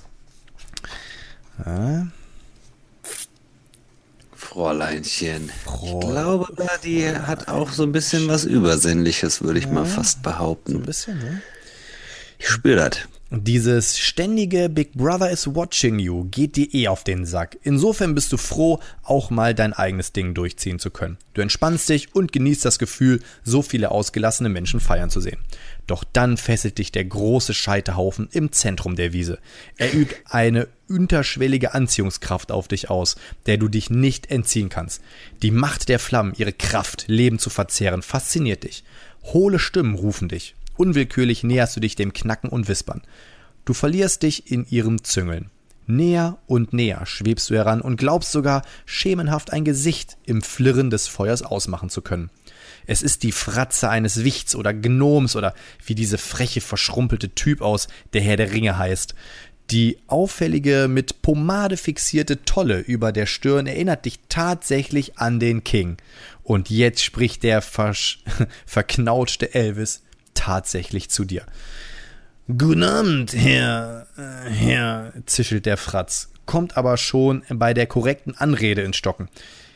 Fräuleinchen. Ich glaube, die hat auch so ein bisschen was Übersinnliches, würde ich mal fast behaupten. So ein bisschen, ne? Ich spüre das. Dieses ständige Big Brother is watching you geht dir auf den Sack. Insofern bist du froh, auch mal dein eigenes Ding durchziehen zu können. Du entspannst dich und genießt das Gefühl, so viele ausgelassene Menschen feiern zu sehen. Doch dann fesselt dich der große Scheiterhaufen im Zentrum der Wiese. Er übt eine unterschwellige Anziehungskraft auf dich aus, der du dich nicht entziehen kannst. Die Macht der Flammen, ihre Kraft, Leben zu verzehren, fasziniert dich. Hohle Stimmen rufen dich. Unwillkürlich näherst du dich dem Knacken und Wispern. Du verlierst dich in ihrem Züngeln. Näher und näher schwebst du heran und glaubst sogar, schemenhaft ein Gesicht im Flirren des Feuers ausmachen zu können. Es ist die Fratze eines Wichts oder Gnoms oder wie diese freche, verschrumpelte Typ aus, der Herr der Ringe heißt. Die auffällige, mit Pomade fixierte Tolle über der Stirn erinnert dich tatsächlich an den King. Und jetzt spricht der verknautschte Elvis tatsächlich zu dir. »Guten Abend, Herr«, zischelt der Fratz, kommt aber schon bei der korrekten Anrede ins Stocken.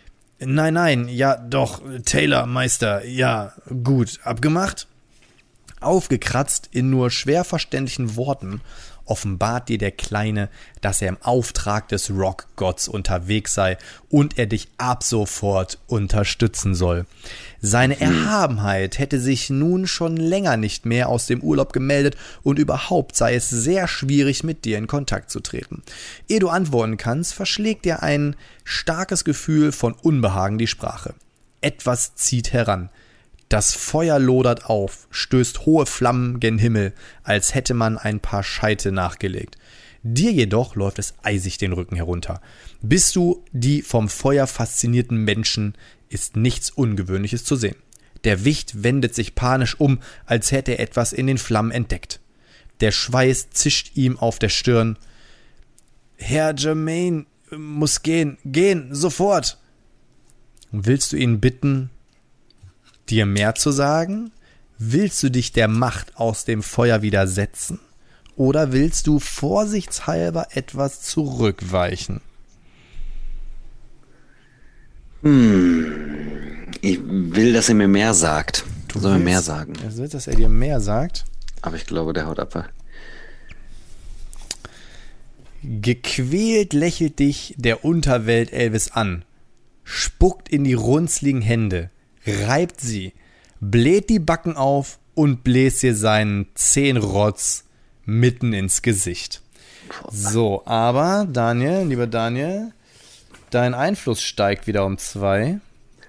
»Nein, ja doch, Taylor, Meister, ja, gut, abgemacht?« Aufgekratzt in nur schwer verständlichen Worten offenbart dir der Kleine, dass er im Auftrag des Rockgotts unterwegs sei und er dich ab sofort unterstützen soll. Seine Erhabenheit hätte sich nun schon länger nicht mehr aus dem Urlaub gemeldet und überhaupt sei es sehr schwierig, mit dir in Kontakt zu treten. Ehe du antworten kannst, verschlägt dir ein starkes Gefühl von Unbehagen die Sprache. Etwas zieht heran. Das Feuer lodert auf, stößt hohe Flammen gen Himmel, als hätte man ein paar Scheite nachgelegt. Dir jedoch läuft es eisig den Rücken herunter. Bist du die vom Feuer faszinierten Menschen, ist nichts Ungewöhnliches zu sehen. Der Wicht wendet sich panisch um, als hätte er etwas in den Flammen entdeckt. Der Schweiß zischt ihm auf der Stirn. »Herr Germain muss gehen, sofort!« Willst du ihn bitten, dir mehr zu sagen? Willst du dich der Macht aus dem Feuer widersetzen? Oder willst du vorsichtshalber etwas zurückweichen? Ich will, dass er mir mehr sagt. Soll mir mehr sagen. Er will, dass er dir mehr sagt? Aber ich glaube, der haut ab. Gequält lächelt dich der Unterwelt Elvis an, spuckt in die runzligen Hände, reibt sie, bläht die Backen auf und bläst dir seinen Zehnrotz mitten ins Gesicht. So, aber Daniel, lieber Daniel, dein Einfluss steigt wieder um 2.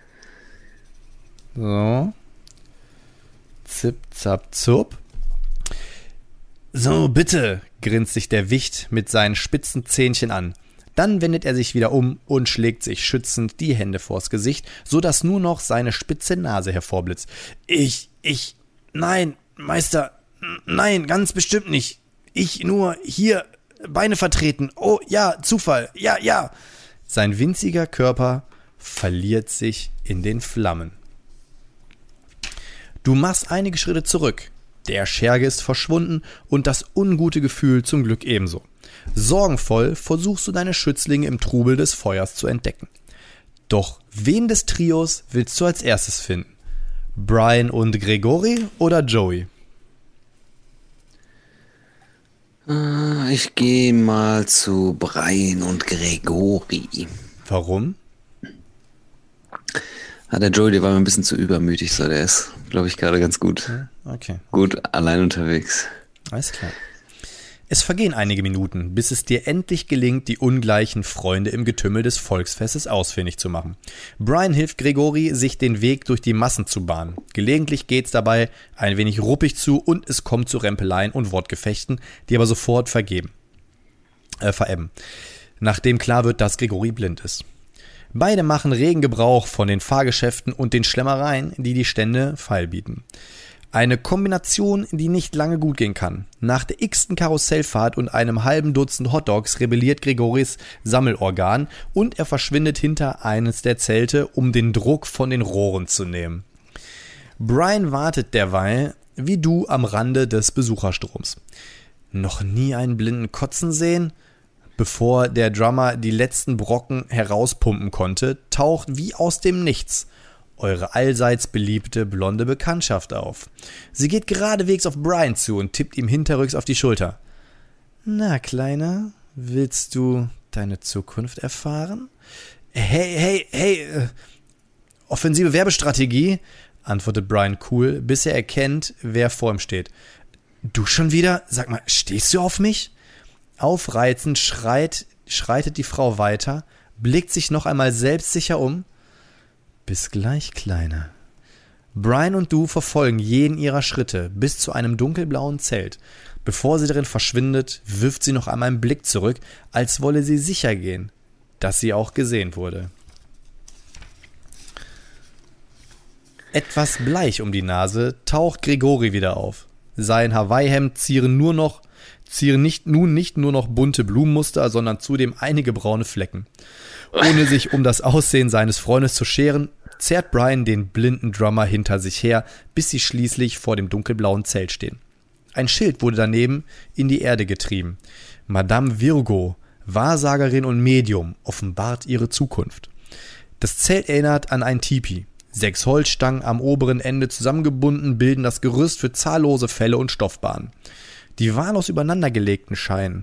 So. Zip, zap, zup. So, bitte, grinst sich der Wicht mit seinen spitzen Zähnchen an. Dann wendet er sich wieder um und schlägt sich schützend die Hände vors Gesicht, sodass nur noch seine spitze Nase hervorblitzt. Nein, Meister, nein, ganz bestimmt nicht. Ich nur hier Beine vertreten. Oh, ja, Zufall, ja. Sein winziger Körper verliert sich in den Flammen. Du machst einige Schritte zurück. Der Scherge ist verschwunden und das ungute Gefühl zum Glück ebenso. Sorgenvoll versuchst du deine Schützlinge im Trubel des Feuers zu entdecken. Doch wen des Trios willst du als erstes finden? Brian und Gregory oder Joey? Ich gehe mal zu Brian und Gregory. Warum? Der Joey, der war mir ein bisschen zu übermütig, so der ist, glaube ich, gerade ganz gut. Okay. Gut, allein unterwegs. Alles klar. Es vergehen einige Minuten, bis es dir endlich gelingt, die ungleichen Freunde im Getümmel des Volksfestes ausfindig zu machen. Brian hilft Gregory, sich den Weg durch die Massen zu bahnen. Gelegentlich geht's dabei ein wenig ruppig zu und es kommt zu Rempeleien und Wortgefechten, die aber sofort verebben. Nachdem klar wird, dass Gregory blind ist. Beide machen regen Gebrauch von den Fahrgeschäften und den Schlemmereien, die die Stände feilbieten. Eine Kombination, die nicht lange gut gehen kann. Nach der x-ten Karussellfahrt und einem halben Dutzend Hotdogs rebelliert Gregorys Sammelorgan und er verschwindet hinter eines der Zelte, um den Druck von den Rohren zu nehmen. Brian wartet derweil, wie du, am Rande des Besucherstroms. Noch nie einen Blinden kotzen sehen? Bevor der Drummer die letzten Brocken herauspumpen konnte, taucht wie aus dem Nichts eure allseits beliebte blonde Bekanntschaft auf. Sie geht geradewegs auf Brian zu und tippt ihm hinterrücks auf die Schulter. Na, Kleiner, willst du deine Zukunft erfahren? Hey, offensive Werbestrategie, antwortet Brian cool, bis er erkennt, wer vor ihm steht. Du schon wieder? Sag mal, stehst du auf mich? Aufreizend schreitet die Frau weiter, blickt sich noch einmal selbstsicher um. Bis gleich, Kleiner. Brian und du verfolgen jeden ihrer Schritte bis zu einem dunkelblauen Zelt. Bevor sie darin verschwindet, wirft sie noch einmal einen Blick zurück, als wolle sie sicher gehen, dass sie auch gesehen wurde. Etwas bleich um die Nase taucht Gregory wieder auf. Sein Hawaii-Hemd zieren nicht nur noch bunte Blumenmuster, sondern zudem einige braune Flecken. Ohne sich um das Aussehen seines Freundes zu scheren, zerrt Brian den blinden Drummer hinter sich her, bis sie schließlich vor dem dunkelblauen Zelt stehen. Ein Schild wurde daneben in die Erde getrieben. Madame Virgo, Wahrsagerin und Medium, offenbart ihre Zukunft. Das Zelt erinnert an ein Tipi. 6 Holzstangen am oberen Ende zusammengebunden bilden das Gerüst für zahllose Felle und Stoffbahnen. Die wahllos übereinandergelegt scheinen.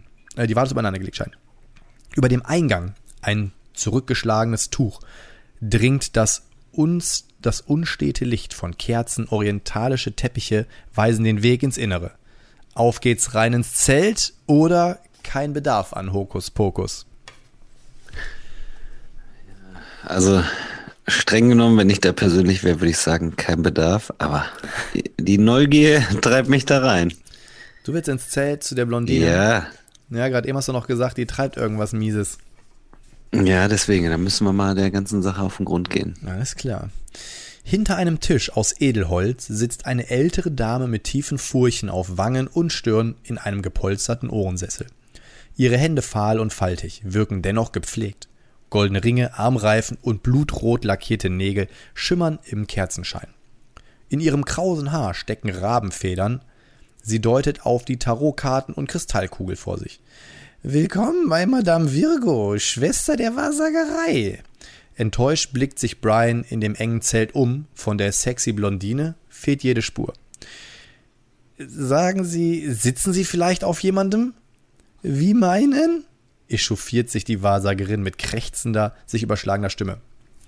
Über dem Eingang, ein zurückgeschlagenes Tuch, dringt das unstete Licht von Kerzen, orientalische Teppiche weisen den Weg ins Innere. Auf geht's rein ins Zelt oder kein Bedarf an Hokuspokus. Also streng genommen, wenn ich da persönlich wäre, würde ich sagen, kein Bedarf, aber die Neugier treibt mich da rein. Du willst ins Zelt zu der Blondine? Ja. Ja, gerade eben hast du noch gesagt, die treibt irgendwas Mieses. Ja, deswegen, da müssen wir mal der ganzen Sache auf den Grund gehen. Alles klar. Hinter einem Tisch aus Edelholz sitzt eine ältere Dame mit tiefen Furchen auf Wangen und Stirn in einem gepolsterten Ohrensessel. Ihre Hände fahl und faltig, wirken dennoch gepflegt. Goldene Ringe, Armreifen und blutrot lackierte Nägel schimmern im Kerzenschein. In ihrem krausen Haar stecken Rabenfedern. Sie deutet auf die Tarotkarten und Kristallkugel vor sich. Willkommen bei Madame Virgo, Schwester der Wahrsagerei. Enttäuscht blickt sich Brian in dem engen Zelt um. Von der sexy Blondine fehlt jede Spur. Sagen Sie, sitzen Sie vielleicht auf jemandem? Wie meinen? echauffiert sich die Wahrsagerin mit krächzender, sich überschlagender Stimme.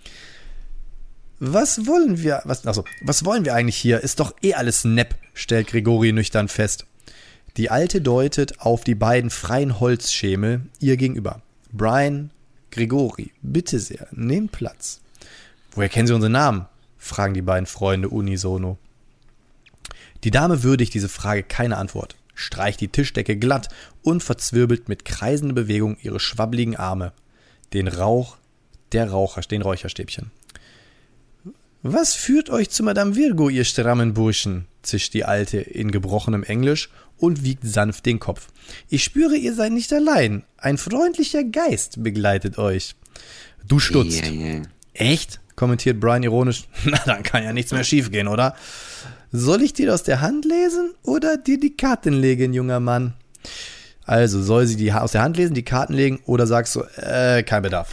Was wollen wir eigentlich hier? Ist doch eh alles Nepp, stellt Grigori nüchtern fest. Die Alte deutet auf die beiden freien Holzschemel ihr gegenüber. Brian, Grigori, bitte sehr, nehmt Platz. Woher kennen Sie unseren Namen? Fragen die beiden Freunde unisono. Die Dame würdigt diese Frage keine Antwort, streicht die Tischdecke glatt und verzwirbelt mit kreisender Bewegung ihre schwabbligen Arme. Den Räucherstäbchen. Was führt euch zu Madame Virgo, ihr strammen Burschen? Zischt die Alte in gebrochenem Englisch und wiegt sanft den Kopf. Ich spüre, ihr seid nicht allein. Ein freundlicher Geist begleitet euch. Du stutzt. Yeah. Echt? Kommentiert Brian ironisch. Na, dann kann ja nichts mehr schiefgehen, oder? Soll ich dir aus der Hand lesen oder dir die Karten legen, junger Mann? Also, soll sie die aus der Hand lesen, die Karten legen oder sagst du, kein Bedarf?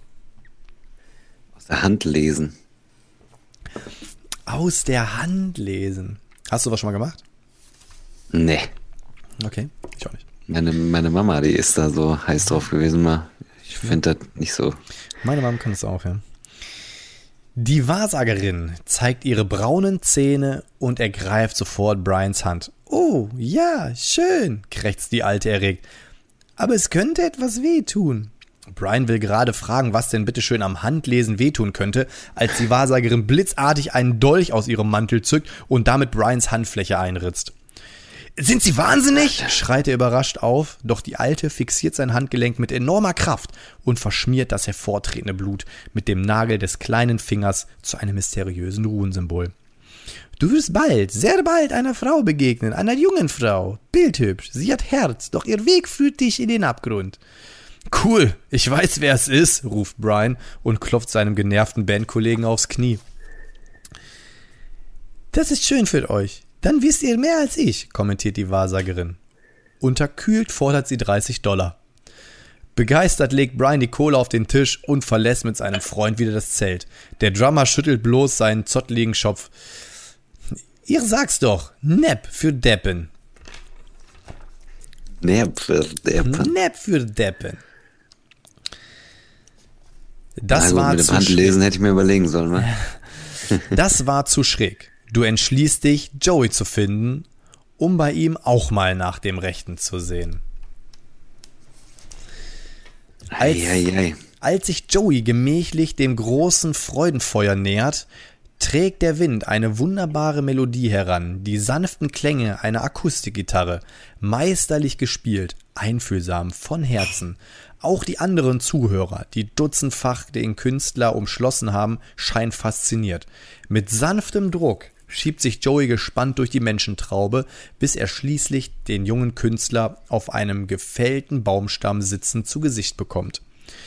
Aus der Hand lesen. Aus der Hand lesen. Hast du was schon mal gemacht? Nee. Okay, ich auch nicht. Meine Mama, die ist da so heiß drauf gewesen mal. Ich finde das nicht so. Meine Mama kann es auch, ja. Die Wahrsagerin zeigt ihre braunen Zähne und ergreift sofort Brians Hand. Oh, ja, schön, krächzt die Alte erregt. Aber es könnte etwas wehtun. Brian will gerade fragen, was denn bitteschön am Handlesen wehtun könnte, als die Wahrsagerin blitzartig einen Dolch aus ihrem Mantel zückt und damit Brians Handfläche einritzt. Sind Sie wahnsinnig? Schreit er überrascht auf, doch die Alte fixiert sein Handgelenk mit enormer Kraft und verschmiert das hervortretende Blut mit dem Nagel des kleinen Fingers zu einem mysteriösen Runensymbol. Du wirst bald, sehr bald einer Frau begegnen, einer jungen Frau. Bildhübsch, sie hat Herz, doch ihr Weg führt dich in den Abgrund. Cool, ich weiß, wer es ist, ruft Brian und klopft seinem genervten Bandkollegen aufs Knie. Das ist schön für euch. Dann wisst ihr mehr als ich, kommentiert die Wahrsagerin. Unterkühlt fordert sie $30. Begeistert legt Brian die Kohle auf den Tisch und verlässt mit seinem Freund wieder das Zelt. Der Drummer schüttelt bloß seinen zottligen Schopf. Ihr sagt's doch, Nepp für Deppen. Nepp für Deppen. Nepp für Deppen. Das war mit dem zu Handlesen schräg. hätte ich mir überlegen sollen, ne? Das war zu schräg. Du entschließt dich, Joey zu finden, um bei ihm auch mal nach dem Rechten zu sehen. Als sich Joey gemächlich dem großen Freudenfeuer nähert, trägt der Wind eine wunderbare Melodie heran, die sanften Klänge einer Akustikgitarre, meisterlich gespielt, einfühlsam, von Herzen. Auch die anderen Zuhörer, die dutzendfach den Künstler umschlossen haben, scheinen fasziniert. Mit sanftem Druck schiebt sich Joey gespannt durch die Menschentraube, bis er schließlich den jungen Künstler auf einem gefällten Baumstamm sitzend zu Gesicht bekommt.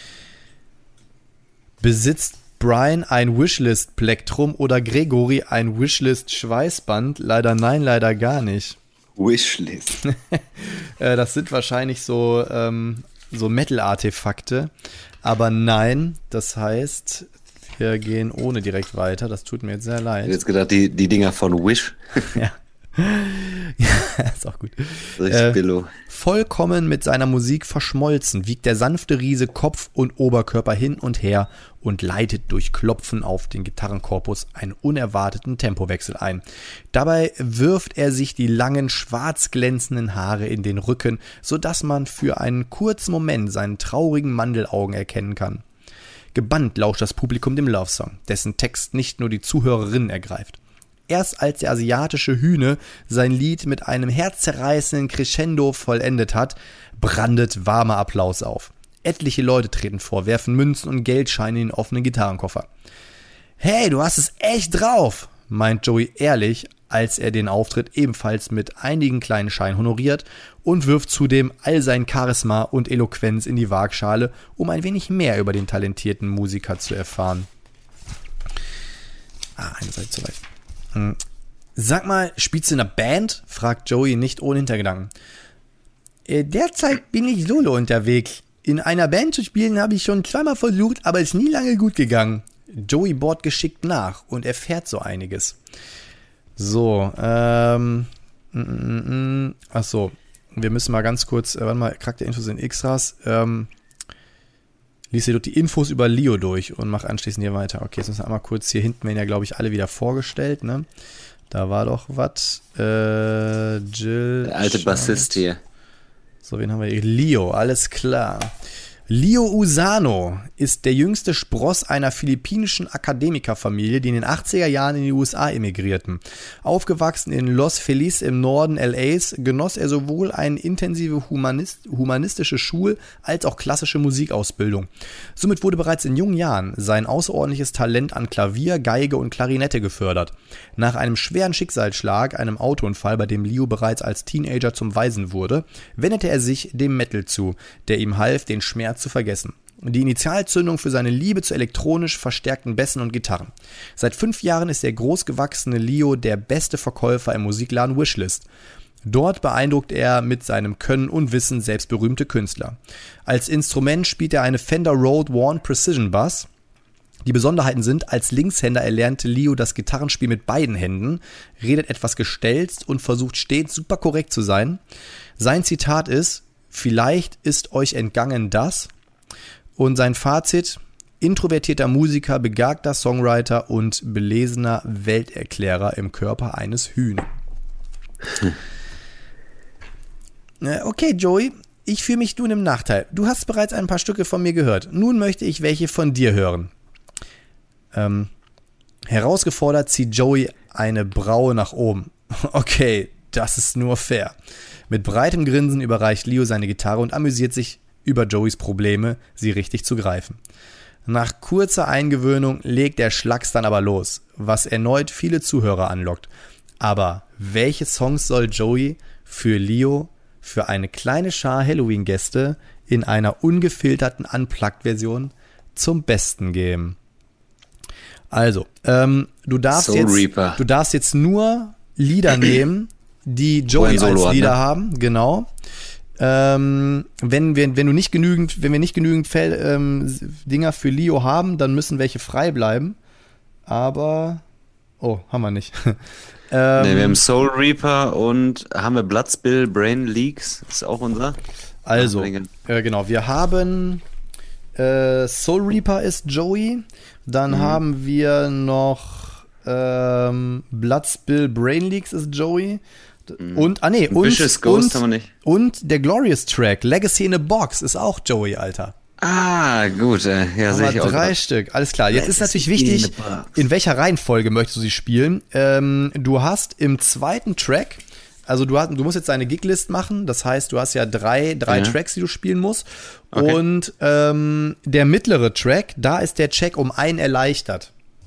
Besitzt Brian ein Wishlist-Plektrum oder Gregory ein Wishlist-Schweißband? Leider nein, leider gar nicht. Wishlist. Das sind wahrscheinlich so Metal-Artefakte. Aber nein, das heißt, wir gehen ohne direkt weiter. Das tut mir jetzt sehr leid. Ich hätte jetzt gedacht, die Dinger von Wish. Ja. Ja, ist auch gut. Richtig Billo. Vollkommen mit seiner Musik verschmolzen, wiegt der sanfte Riese Kopf und Oberkörper hin und her und leitet durch Klopfen auf den Gitarrenkorpus einen unerwarteten Tempowechsel ein. Dabei wirft er sich die langen, schwarz glänzenden Haare in den Rücken, sodass man für einen kurzen Moment seinen traurigen Mandelaugen erkennen kann. Gebannt lauscht das Publikum dem Love-Song, dessen Text nicht nur die Zuhörerinnen ergreift. Erst als der asiatische Hühne sein Lied mit einem herzzerreißenden Crescendo vollendet hat, brandet warmer Applaus auf. Etliche Leute treten vor, werfen Münzen und Geldscheine in den offenen Gitarrenkoffer. »Hey, du hast es echt drauf«, meint Joey ehrlich, als er den Auftritt ebenfalls mit einigen kleinen Scheinen honoriert und wirft zudem all sein Charisma und Eloquenz in die Waagschale, um ein wenig mehr über den talentierten Musiker zu erfahren. Eine Seite zu weit. Sag mal, spielst du in einer Band? Fragt Joey nicht ohne Hintergedanken. Derzeit bin ich solo unterwegs. In einer Band zu spielen habe ich schon zweimal versucht, aber ist nie lange gut gegangen. Joey bohrt geschickt nach und erfährt so einiges. So, wir müssen mal ganz kurz, warte mal, Charakterinfos in Extras. Lies dir doch die Infos über Leo durch und mach anschließend hier weiter. Okay, jetzt müssen wir einmal kurz, hier hinten werden ja, glaube ich, alle wieder vorgestellt, ne? Da war doch was. Jill. Der alte Bassist hier. So, wen haben wir hier? Leo, alles klar. Leo Usano ist der jüngste Spross einer philippinischen Akademikerfamilie, die in den 80er Jahren in die USA emigrierten. Aufgewachsen in Los Feliz im Norden LAs, genoss er sowohl eine intensive humanistische Schul- als auch klassische Musikausbildung. Somit wurde bereits in jungen Jahren sein außerordentliches Talent an Klavier, Geige und Klarinette gefördert. Nach einem schweren Schicksalsschlag, einem Autounfall, bei dem Leo bereits als Teenager zum Waisen wurde, wendete er sich dem Metal zu, der ihm half, den Schmerz zu vergessen. Die Initialzündung für seine Liebe zu elektronisch verstärkten Bässen und Gitarren. Seit 5 Jahren ist der großgewachsene Leo der beste Verkäufer im Musikladen Wishlist. Dort beeindruckt er mit seinem Können und Wissen selbst berühmte Künstler. Als Instrument spielt er eine Fender Rhodes One Precision Bass. Die Besonderheiten sind, als Linkshänder erlernte Leo das Gitarrenspiel mit beiden Händen, redet etwas gestelzt und versucht stets super korrekt zu sein. Sein Zitat ist: Vielleicht ist euch entgangen das. Und sein Fazit: introvertierter Musiker, begabter Songwriter und belesener Welterklärer im Körper eines Hühn. Okay, Joey, ich fühle mich nun im Nachteil. Du hast bereits ein paar Stücke von mir gehört. Nun möchte ich welche von dir hören. Herausgefordert zieht Joey eine Braue nach oben. Okay, das ist nur fair. Mit breitem Grinsen überreicht Leo seine Gitarre und amüsiert sich über Joeys Probleme, sie richtig zu greifen. Nach kurzer Eingewöhnung legt der Schlags dann aber los, was erneut viele Zuhörer anlockt. Aber welche Songs soll Joey für Leo, für eine kleine Schar Halloween-Gäste in einer ungefilterten Unplugged-Version zum Besten geben? Also, du darfst jetzt nur Lieder nehmen, die Joey als Lieder haben, genau. Wenn wir nicht genügend Dinger für Leo haben, dann müssen welche frei bleiben. Aber, haben wir nicht. Wir haben Soul Reaper und haben wir Bloodspill, Brain Leaks, ist auch unser. Also, genau, wir haben Soul Reaper ist Joey, dann haben wir noch Bloodspill, Brain Leaks ist Joey. Und Vicious Ghost haben wir nicht. Und der Glorious Track, Legacy in a Box, ist auch Joey, Alter. Ah, gut, ja, sehe ich auch. 3 Stück, alles klar. Jetzt ist natürlich wichtig, in welcher Reihenfolge möchtest du sie spielen? Du hast im zweiten Track, also du musst jetzt deine Giglist machen, das heißt, du hast ja drei Tracks, die du spielen musst. Okay. Und der mittlere Track, da ist der Check um einen erleichtert.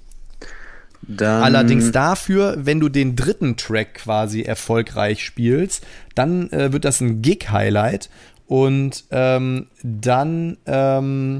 Dann allerdings dafür, wenn du den dritten Track quasi erfolgreich spielst, dann wird das ein Gig-Highlight und dann der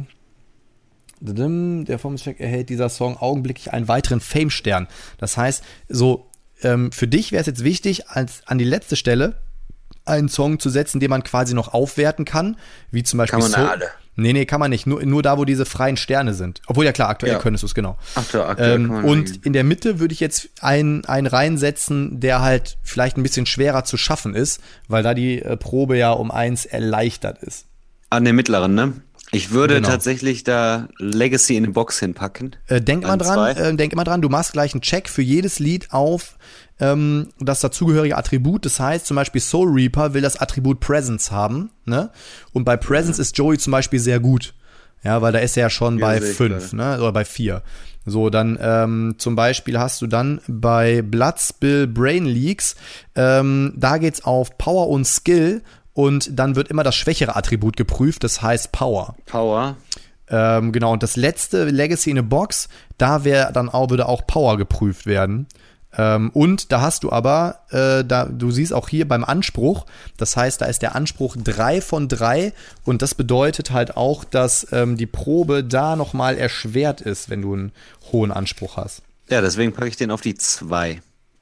Performance-Track erhält dieser Song augenblicklich einen weiteren Fame-Stern. Das heißt, so für dich wäre es jetzt wichtig, an die letzte Stelle einen Song zu setzen, den man quasi noch aufwerten kann, wie zum Beispiel kann man alle. Nee, kann man nicht. Nur da, wo diese freien Sterne sind. Obwohl, ja klar, aktuell könntest du es, genau. Aktuell und in der Mitte würde ich jetzt einen reinsetzen, der halt vielleicht ein bisschen schwerer zu schaffen ist, weil da die Probe ja um 1 erleichtert ist. An den mittleren, ne? Ich würde tatsächlich da Legacy in a Box hinpacken. Denk immer dran, du machst gleich einen Check für jedes Lied auf das dazugehörige Attribut. Das heißt zum Beispiel Soul Reaper will das Attribut Presence haben, ne? Und bei Presence ist Joey zum Beispiel sehr gut. Ja, weil da ist er ja schon bei 5, ne? Oder bei 4. So, dann zum Beispiel hast du dann bei Bloodspill Brain Leaks, da geht's auf Power und Skill. Und dann wird immer das schwächere Attribut geprüft, das heißt Power. Genau, und das letzte, Legacy in a Box, da würde auch Power geprüft werden. Und da hast du aber, du siehst auch hier beim Anspruch, das heißt, da ist der Anspruch 3 von 3 und das bedeutet halt auch, dass die Probe da nochmal erschwert ist, wenn du einen hohen Anspruch hast. Ja, deswegen packe ich den auf die 2.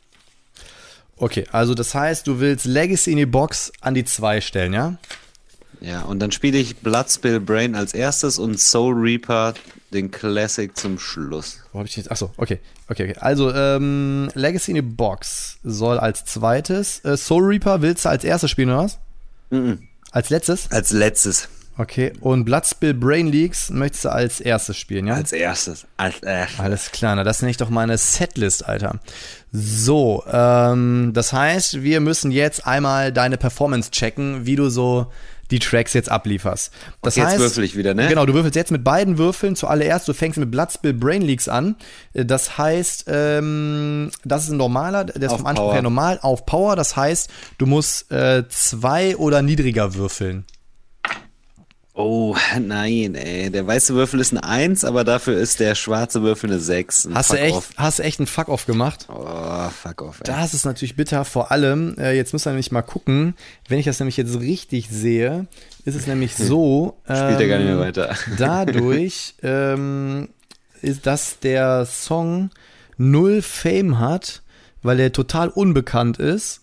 Okay, also das heißt, du willst Legacy in die Box an die 2 stellen, ja? Ja, und dann spiele ich Bloodspill Brain als erstes und Soul Reaper, den Classic, zum Schluss. Wo habe ich jetzt? Achso, okay. Also, Legacy in die Box soll als zweites. Soul Reaper willst du als erstes spielen, oder was? Als letztes? Als letztes. Okay, und Bloodspill Brain Leaks möchtest du als erstes spielen, ja? Als erstes. Alles klar, na das nenne ich doch meine Setlist, Alter. So, das heißt, wir müssen jetzt einmal deine Performance checken, wie du so die Tracks jetzt ablieferst. Das jetzt heißt, würfel ich wieder, ne? Genau, du würfelst jetzt mit beiden Würfeln. Zuallererst, du fängst mit Bloodspill Brain Leaks an. Das heißt, das ist ein normaler, der ist Auf vom Anspruch Power. her normal, auf Power. Das heißt, du musst 2 oder niedriger würfeln. Oh, nein, ey. Der weiße Würfel ist eine 1, aber dafür ist der schwarze Würfel eine 6. Hast du echt einen Fuck-Off gemacht? Oh, fuck off, ey. Das ist natürlich bitter, vor allem, jetzt müssen wir nämlich mal gucken, wenn ich das nämlich jetzt richtig sehe, ist es nämlich so, Spielt er gar nicht mehr weiter. dadurch ist, dass der Song 0 Fame hat, weil er total unbekannt ist,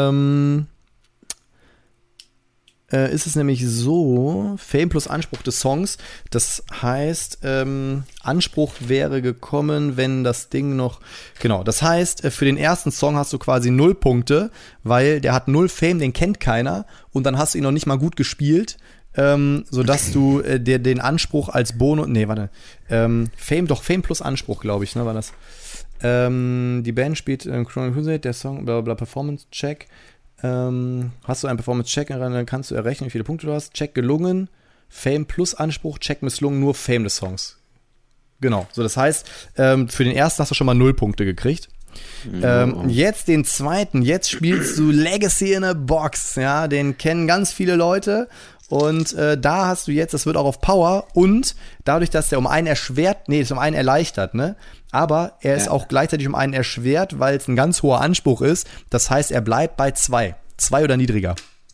ist es nämlich so, Fame plus Anspruch des Songs, das heißt, Anspruch wäre gekommen, wenn das Ding noch, genau, das heißt, für den ersten Song hast du quasi 0 Punkte, weil der hat 0 Fame, den kennt keiner und dann hast du ihn noch nicht mal gut gespielt, sodass du dir den Anspruch als Bonus, Fame plus Anspruch, glaube ich, ne, war das. Die Band spielt Chronic Crusade, der Song, bla bla, Performance Check. Hast du einen Performance-Check, dann kannst du errechnen, wie viele Punkte du hast. Check gelungen, Fame plus Anspruch, Check misslungen, nur Fame des Songs. Genau, so das heißt, für den ersten hast du schon mal 0 Punkte gekriegt. Jetzt den zweiten, jetzt spielst du Legacy in a Box, ja, den kennen ganz viele Leute und da hast du jetzt, das wird auch auf Power und dadurch, dass der um einen ist um einen erleichtert, ne, aber er ist auch gleichzeitig um einen erschwert, weil es ein ganz hoher Anspruch ist, das heißt, er bleibt bei 2 oder niedriger.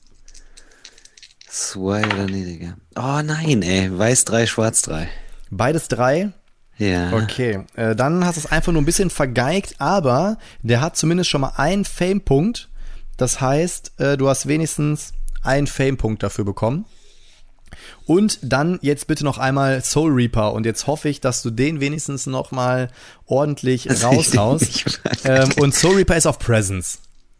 2 oder niedriger. Oh nein, ey, weiß 3, schwarz 3. Beides 3? Ja. Okay, dann hast du es einfach nur ein bisschen vergeigt, aber der hat zumindest schon mal einen Fame-Punkt. Das heißt, du hast wenigstens einen Fame-Punkt dafür bekommen. Und dann jetzt bitte noch einmal Soul Reaper. Und jetzt hoffe ich, dass du den wenigstens noch mal ordentlich raushaust. Und Soul Reaper ist auf Presence.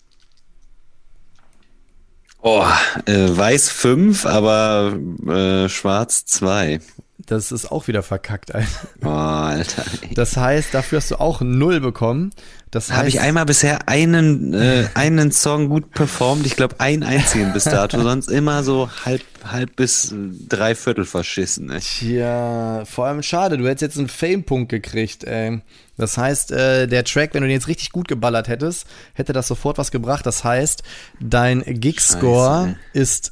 Oh, weiß 5, aber schwarz 2. Das ist auch wieder verkackt, Alter. Oh, Alter. Das heißt, dafür hast du auch 0 bekommen. Das heißt, Habe ich einmal bisher einen Song gut performt. Ich glaube, einen einzigen bis dato. Sonst immer so halb bis 3/4 verschissen. Ey. Tja, vor allem schade. Du hättest jetzt einen Fame-Punkt gekriegt, ey. Das heißt, der Track, wenn du den jetzt richtig gut geballert hättest, hätte das sofort was gebracht. Das heißt, dein Gig-Score ist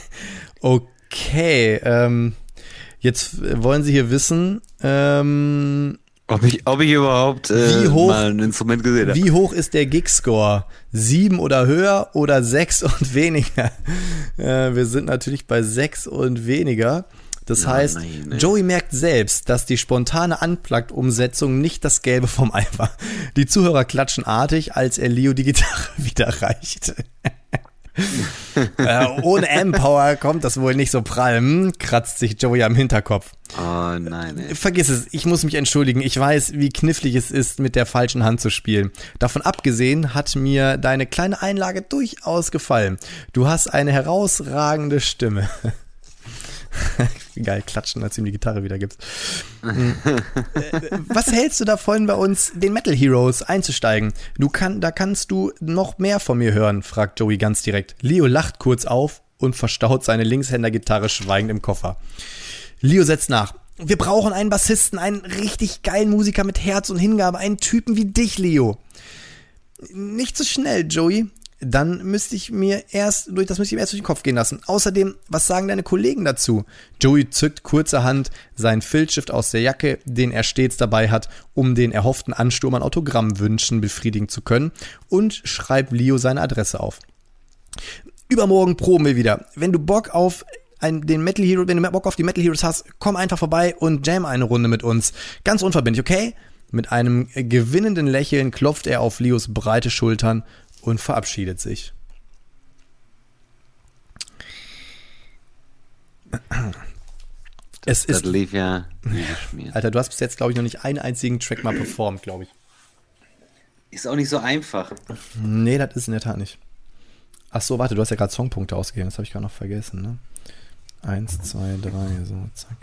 okay. Jetzt wollen sie hier wissen, ob ich überhaupt mal ein Instrument gesehen habe. Wie hoch ist der Gig-Score? 7 oder höher oder 6 und weniger? Wir sind natürlich bei 6 und weniger. Das heißt, Joey merkt selbst, dass die spontane Unplugged-Umsetzung nicht das Gelbe vom Ei war. Die Zuhörer klatschen artig, als er Leo die Gitarre wieder reichte. Ohne M-Power kommt das wohl nicht so prall, kratzt sich Joey am Hinterkopf. Oh nein, ey. Vergiss es, ich muss mich entschuldigen. Ich weiß, wie knifflig es ist, mit der falschen Hand zu spielen. Davon abgesehen hat mir deine kleine Einlage durchaus gefallen. Du hast eine herausragende Stimme. Geil, klatschen, als du ihm die Gitarre wieder gibst. Was hältst du davon, bei uns, den Metal Heroes einzusteigen? Da kannst du noch mehr von mir hören, fragt Joey ganz direkt. Leo lacht kurz auf und verstaut seine Linkshänder-Gitarre schweigend im Koffer. Leo setzt nach. Wir brauchen einen Bassisten, einen richtig geilen Musiker mit Herz und Hingabe, einen Typen wie dich, Leo. Nicht so schnell, Joey. Dann müsste ich mir erst durch den Kopf gehen lassen. Außerdem, was sagen deine Kollegen dazu? Joey zückt kurzerhand seinen Filzstift aus der Jacke, den er stets dabei hat, um den erhofften Ansturm an Autogrammwünschen befriedigen zu können, und schreibt Leo seine Adresse auf. Übermorgen proben wir wieder. Wenn du Bock auf die Metal Heroes hast, komm einfach vorbei und jam eine Runde mit uns. Ganz unverbindlich, okay? Mit einem gewinnenden Lächeln klopft er auf Leos breite Schultern und verabschiedet sich. Das lief ja wie geschmiert. Alter, du hast bis jetzt, glaube ich, noch nicht einen einzigen Track mal performt, glaube ich. Ist auch nicht so einfach. Nee, das ist in der Tat nicht. Ach so, warte, du hast ja gerade Songpunkte ausgegeben, das habe ich gerade noch vergessen, ne? 1, 2, 3, so, zack.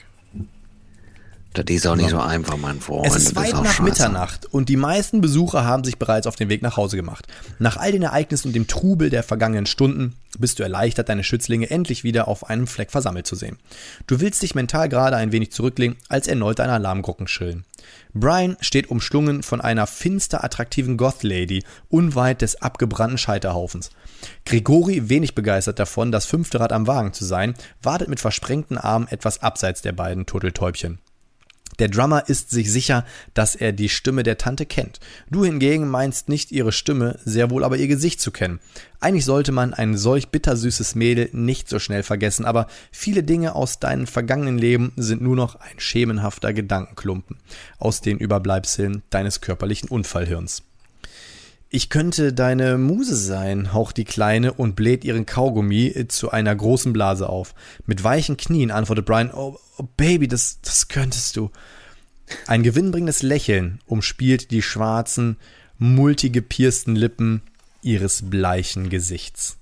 Das ist auch nicht so einfach, mein Freund. Es ist Das weit auch nach scheiße. Mitternacht und die meisten Besucher haben sich bereits auf den Weg nach Hause gemacht. Nach all den Ereignissen und dem Trubel der vergangenen Stunden bist du erleichtert, deine Schützlinge endlich wieder auf einem Fleck versammelt zu sehen. Du willst dich mental gerade ein wenig zurücklehnen, als erneut deine Alarmglocken schrillen. Brian steht umschlungen von einer finster attraktiven Goth-Lady unweit des abgebrannten Scheiterhaufens. Grigori, wenig begeistert davon, das 5. Rad am Wagen zu sein, wartet mit versprengten Armen etwas abseits der beiden Turteltäubchen. Der Drummer ist sich sicher, dass er die Stimme der Tante kennt. Du hingegen meinst nicht ihre Stimme, sehr wohl aber ihr Gesicht zu kennen. Eigentlich sollte man ein solch bittersüßes Mädel nicht so schnell vergessen, aber viele Dinge aus deinem vergangenen Leben sind nur noch ein schemenhafter Gedankenklumpen aus den Überbleibseln deines körperlichen Unfallhirns. Ich könnte deine Muse sein, haucht die Kleine und bläht ihren Kaugummi zu einer großen Blase auf. Mit weichen Knien antwortet Brian, oh Baby, das könntest du. Ein gewinnbringendes Lächeln umspielt die schwarzen, multigepiersten Lippen ihres bleichen Gesichts.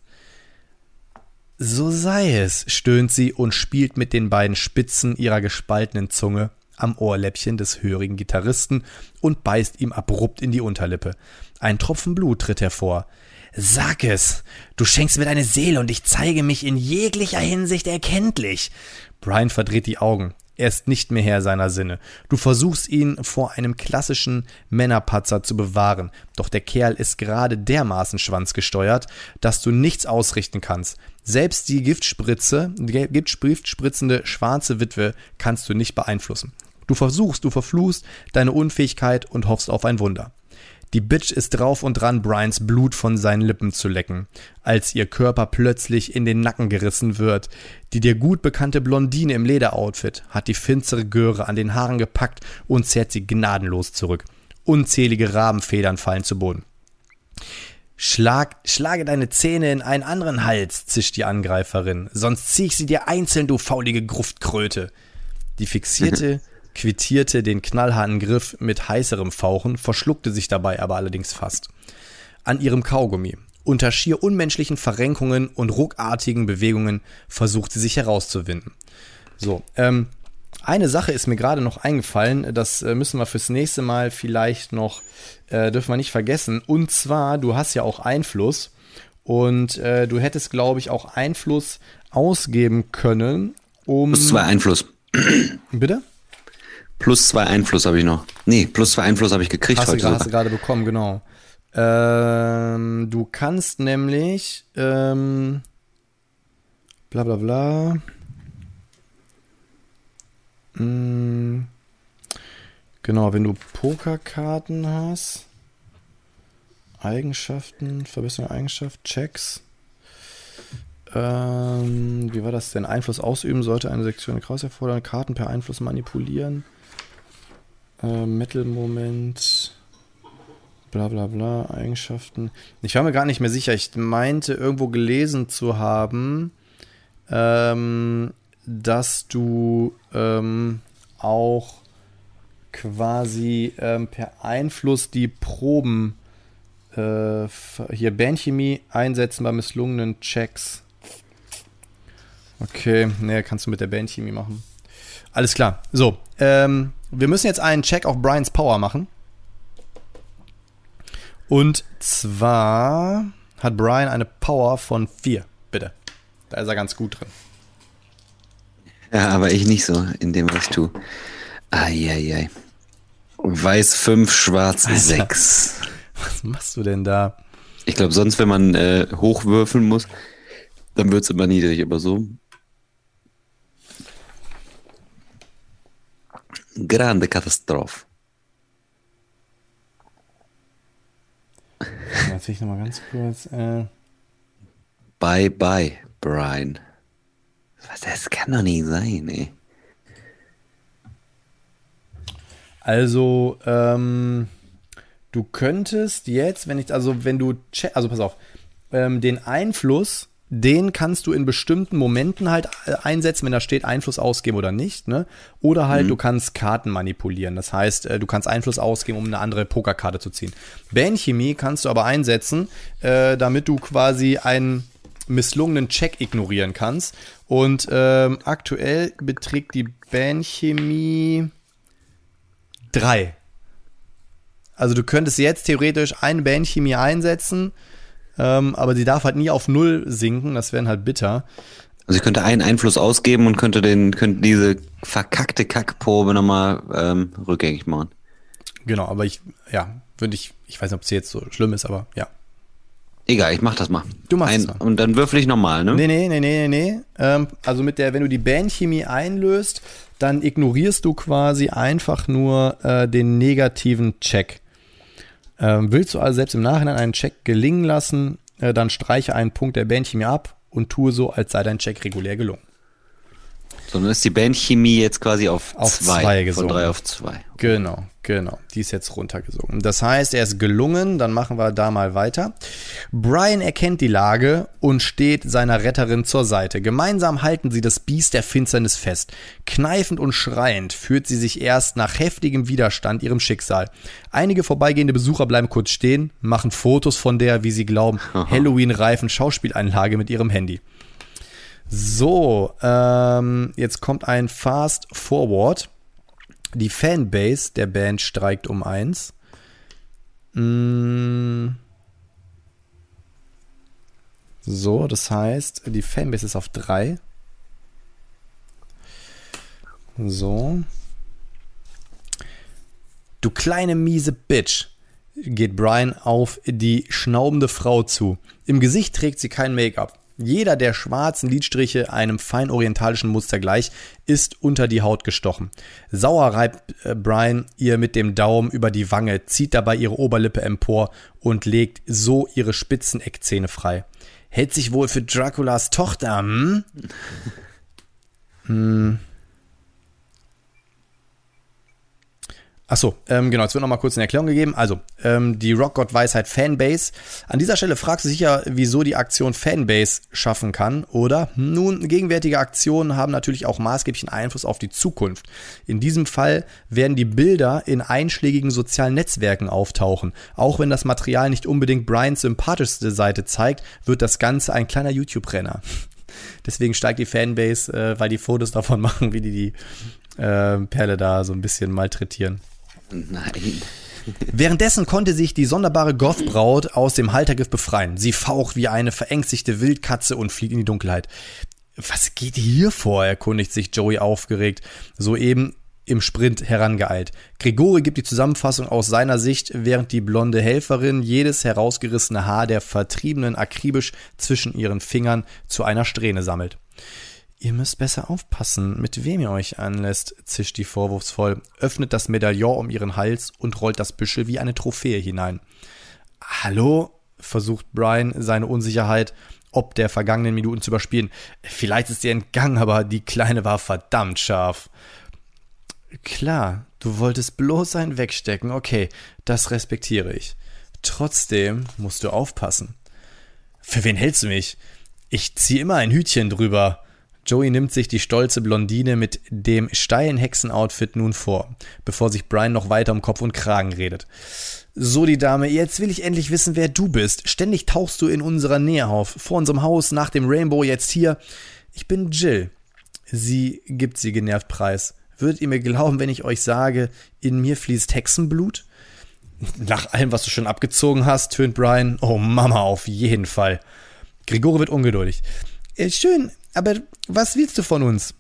So sei es, stöhnt sie und spielt mit den beiden Spitzen ihrer gespaltenen Zunge am Ohrläppchen des hörigen Gitarristen und beißt ihm abrupt in die Unterlippe. Ein Tropfen Blut tritt hervor. Sag es! Du schenkst mir deine Seele und ich zeige mich in jeglicher Hinsicht erkenntlich. Brian verdreht die Augen. Er ist nicht mehr Herr seiner Sinne. Du versuchst ihn vor einem klassischen Männerpatzer zu bewahren, doch der Kerl ist gerade dermaßen schwanzgesteuert, dass du nichts ausrichten kannst. Selbst die giftspritzende schwarze Witwe kannst du nicht beeinflussen. Du verfluchst deine Unfähigkeit und hoffst auf ein Wunder. Die Bitch ist drauf und dran, Brians Blut von seinen Lippen zu lecken, als ihr Körper plötzlich in den Nacken gerissen wird. Die dir gut bekannte Blondine im Lederoutfit hat die finstere Göre an den Haaren gepackt und zerrt sie gnadenlos zurück. Unzählige Rabenfedern fallen zu Boden. Schlage deine Zähne in einen anderen Hals, zischt die Angreiferin, sonst zieh ich sie dir einzeln, du faulige Gruftkröte. Die Fixierte quittierte den knallharten Griff mit heißerem Fauchen, verschluckte sich dabei aber allerdings fast. An ihrem Kaugummi, unter schier unmenschlichen Verrenkungen und ruckartigen Bewegungen, versucht sie sich herauszuwinden. So, eine Sache ist mir gerade noch eingefallen, das müssen wir fürs nächste Mal vielleicht noch, dürfen wir nicht vergessen, und zwar, du hast ja auch Einfluss und du hättest, glaube ich, auch Einfluss ausgeben können, um... +2 Einfluss. Bitte? +2 Einfluss habe ich noch. Nee, +2 Einfluss habe ich gekriegt Hast heute. du gerade bekommen, genau. Du kannst nämlich bla bla bla. Genau, wenn du Pokerkarten hast, Eigenschaften, Verbesserung Eigenschaft, Checks. Wie war das denn? Einfluss ausüben sollte eine Sektion Kraus erfordern, Karten per Einfluss manipulieren. Metal-Moment, bla bla bla, Eigenschaften. Ich war mir gar nicht mehr sicher. Ich meinte, irgendwo gelesen zu haben, dass du auch quasi per Einfluss die Proben hier Bandchemie einsetzen bei misslungenen Checks. Okay, ne, kannst du mit der Bandchemie machen. Alles klar. So, wir müssen jetzt einen Check auf Brians Power machen. Und zwar hat Brian eine Power von 4. Bitte. Da ist er ganz gut drin. Ja, aber ich nicht so, in dem, was ich tue. Eieiei. Weiß 5, schwarz 6. Was machst du denn da? Ich glaube, sonst, wenn man hochwürfeln muss, dann wird es immer niedrig, aber so. Grande Katastrophe. Jetzt will ich nochmal ganz kurz. Bye, bye, Brian. Das kann doch nicht sein, ey. Also, du könntest jetzt, wenn du, pass auf, den Einfluss, den kannst du in bestimmten Momenten halt einsetzen, wenn da steht Einfluss ausgeben oder nicht, ne? Oder halt, du kannst Karten manipulieren. Das heißt, du kannst Einfluss ausgeben, um eine andere Pokerkarte zu ziehen. Bandchemie kannst du aber einsetzen, damit du quasi einen misslungenen Check ignorieren kannst. Und aktuell beträgt die Bandchemie 3. Also du könntest jetzt theoretisch eine Bandchemie einsetzen, aber sie darf halt nie auf 0 sinken, das wäre halt bitter. Also ich könnte einen Einfluss ausgeben und könnte diese verkackte Kackprobe nochmal rückgängig machen. Genau, aber ich weiß nicht, ob es jetzt so schlimm ist, aber ja. Egal, ich mach das mal. Du machst es mal. Und dann würfel ich nochmal, ne? Nee. Also wenn du die Bandchemie einlöst, dann ignorierst du quasi einfach nur den negativen Check. Willst du also selbst im Nachhinein einen Check gelingen lassen, dann streiche einen Punkt der Bandchemie ab und tue so, als sei dein Check regulär gelungen. So, dann ist die Bandchemie jetzt quasi auf 2 gesunken. Von 3 auf 2. Genau. Die ist jetzt runtergesunken. Das heißt, er ist gelungen, dann machen wir da mal weiter. Brian erkennt die Lage und steht seiner Retterin zur Seite. Gemeinsam halten sie das Biest der Finsternis fest. Kneifend und schreiend führt sie sich erst nach heftigem Widerstand ihrem Schicksal. Einige vorbeigehende Besucher bleiben kurz stehen, machen Fotos von der, wie sie glauben, Halloween-reifen Schauspieleinlage mit ihrem Handy. So, jetzt kommt ein Fast Forward. Die Fanbase der Band steigt um 1. So, das heißt, die Fanbase ist auf 3. So. Du kleine miese Bitch, geht Brian auf die schnaubende Frau zu. Im Gesicht trägt sie kein Make-up. Jeder der schwarzen Lidstriche einem fein orientalischen Muster gleich ist unter die Haut gestochen. Sauer reibt Brian ihr mit dem Daumen über die Wange, zieht dabei ihre Oberlippe empor und legt so ihre spitzen Eckzähne frei. Hält sich wohl für Draculas Tochter, Achso, genau, jetzt wird nochmal kurz eine Erklärung gegeben. Also, die Rockgott-Weisheit Fanbase. An dieser Stelle fragst du sicher, wieso die Aktion Fanbase schaffen kann, oder? Nun, gegenwärtige Aktionen haben natürlich auch maßgeblichen Einfluss auf die Zukunft. In diesem Fall werden die Bilder in einschlägigen sozialen Netzwerken auftauchen. Auch wenn das Material nicht unbedingt Brians sympathischste Seite zeigt, wird das Ganze ein kleiner YouTube-Renner. Deswegen steigt die Fanbase, weil die Fotos davon machen, wie die Perle da so ein bisschen malträtieren. Nein. Währenddessen konnte sich die sonderbare Goth-Braut aus dem Haltergriff befreien. Sie faucht wie eine verängstigte Wildkatze und flieht in die Dunkelheit. Was geht hier vor? Erkundigt sich Joey aufgeregt, soeben im Sprint herangeeilt. Grigori gibt die Zusammenfassung aus seiner Sicht, während die blonde Helferin jedes herausgerissene Haar der Vertriebenen akribisch zwischen ihren Fingern zu einer Strähne sammelt. Ihr müsst besser aufpassen, mit wem ihr euch anlässt, zischt die vorwurfsvoll, öffnet das Medaillon um ihren Hals und rollt das Büschel wie eine Trophäe hinein. Hallo? Versucht Brian seine Unsicherheit ob der vergangenen Minuten zu überspielen. Vielleicht ist ihr entgangen, aber die Kleine war verdammt scharf. Klar, du wolltest bloß einen wegstecken, okay, das respektiere ich. Trotzdem musst du aufpassen. Für wen hältst du mich? Ich zieh immer ein Hütchen drüber. Joey nimmt sich die stolze Blondine mit dem steilen Hexenoutfit nun vor, bevor sich Brian noch weiter um Kopf und Kragen redet. So, die Dame, jetzt will ich endlich wissen, wer du bist. Ständig tauchst du in unserer Nähe auf. Vor unserem Haus, nach dem Rainbow, jetzt hier. Ich bin Jill. Sie gibt sie genervt preis. Würdet ihr mir glauben, wenn ich euch sage, in mir fließt Hexenblut? Nach allem, was du schon abgezogen hast, tönt Brian. Oh Mama, auf jeden Fall. Grigori wird ungeduldig. Schön, aber was willst du von uns?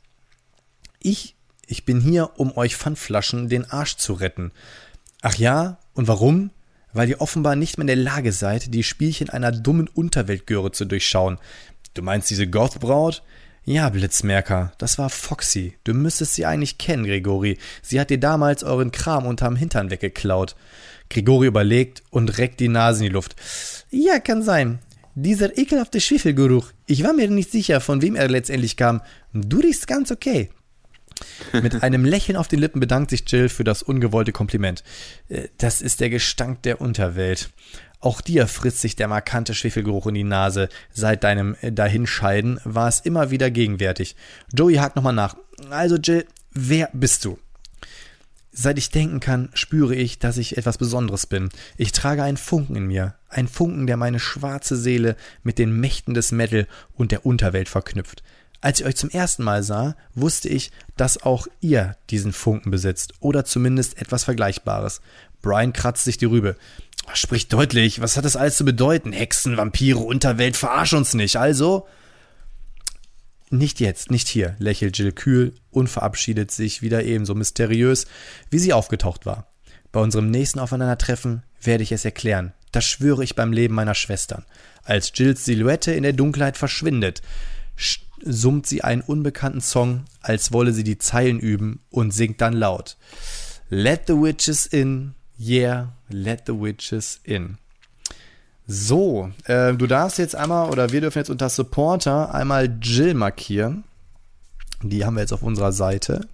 Ich bin hier, um euch Pfandflaschen den Arsch zu retten. Ach ja? Und warum? Weil ihr offenbar nicht mehr in der Lage seid, die Spielchen einer dummen Unterweltgöre zu durchschauen. Du meinst diese Goth-Braut? Ja, Blitzmerker, das war Foxy. Du müsstest sie eigentlich kennen, Grigori. Sie hat dir damals euren Kram unterm Hintern weggeklaut. Grigori überlegt und reckt die Nase in die Luft. Ja, kann sein. Dieser ekelhafte Schwefelgeruch. Ich war mir nicht sicher, von wem er letztendlich kam. Du riechst ganz okay. Mit einem Lächeln auf den Lippen bedankt sich Jill für das ungewollte Kompliment. Das ist der Gestank der Unterwelt. Auch dir frisst sich der markante Schwefelgeruch in die Nase. Seit deinem Dahinscheiden war es immer wieder gegenwärtig. Joey hakt nochmal nach. Also Jill, wer bist du? Seit ich denken kann, spüre ich, dass ich etwas Besonderes bin. Ich trage einen Funken in mir. Einen Funken, der meine schwarze Seele mit den Mächten des Metal und der Unterwelt verknüpft. Als ich euch zum ersten Mal sah, wusste ich, dass auch ihr diesen Funken besitzt. Oder zumindest etwas Vergleichbares. Brian kratzt sich die Rübe. Sprich deutlich, was hat das alles zu bedeuten? Hexen, Vampire, Unterwelt, verarsch uns nicht. Also... Nicht jetzt, nicht hier, lächelt Jill kühl und verabschiedet sich wieder ebenso mysteriös, wie sie aufgetaucht war. Bei unserem nächsten Aufeinandertreffen werde ich es erklären. Das schwöre ich beim Leben meiner Schwestern. Als Jills Silhouette in der Dunkelheit verschwindet, summt sie einen unbekannten Song, als wolle sie die Zeilen üben und singt dann laut. Let the witches in, yeah, let the witches in. So, du darfst jetzt einmal, oder wir dürfen jetzt unter Supporter einmal Jill markieren. Die haben wir jetzt auf unserer Seite.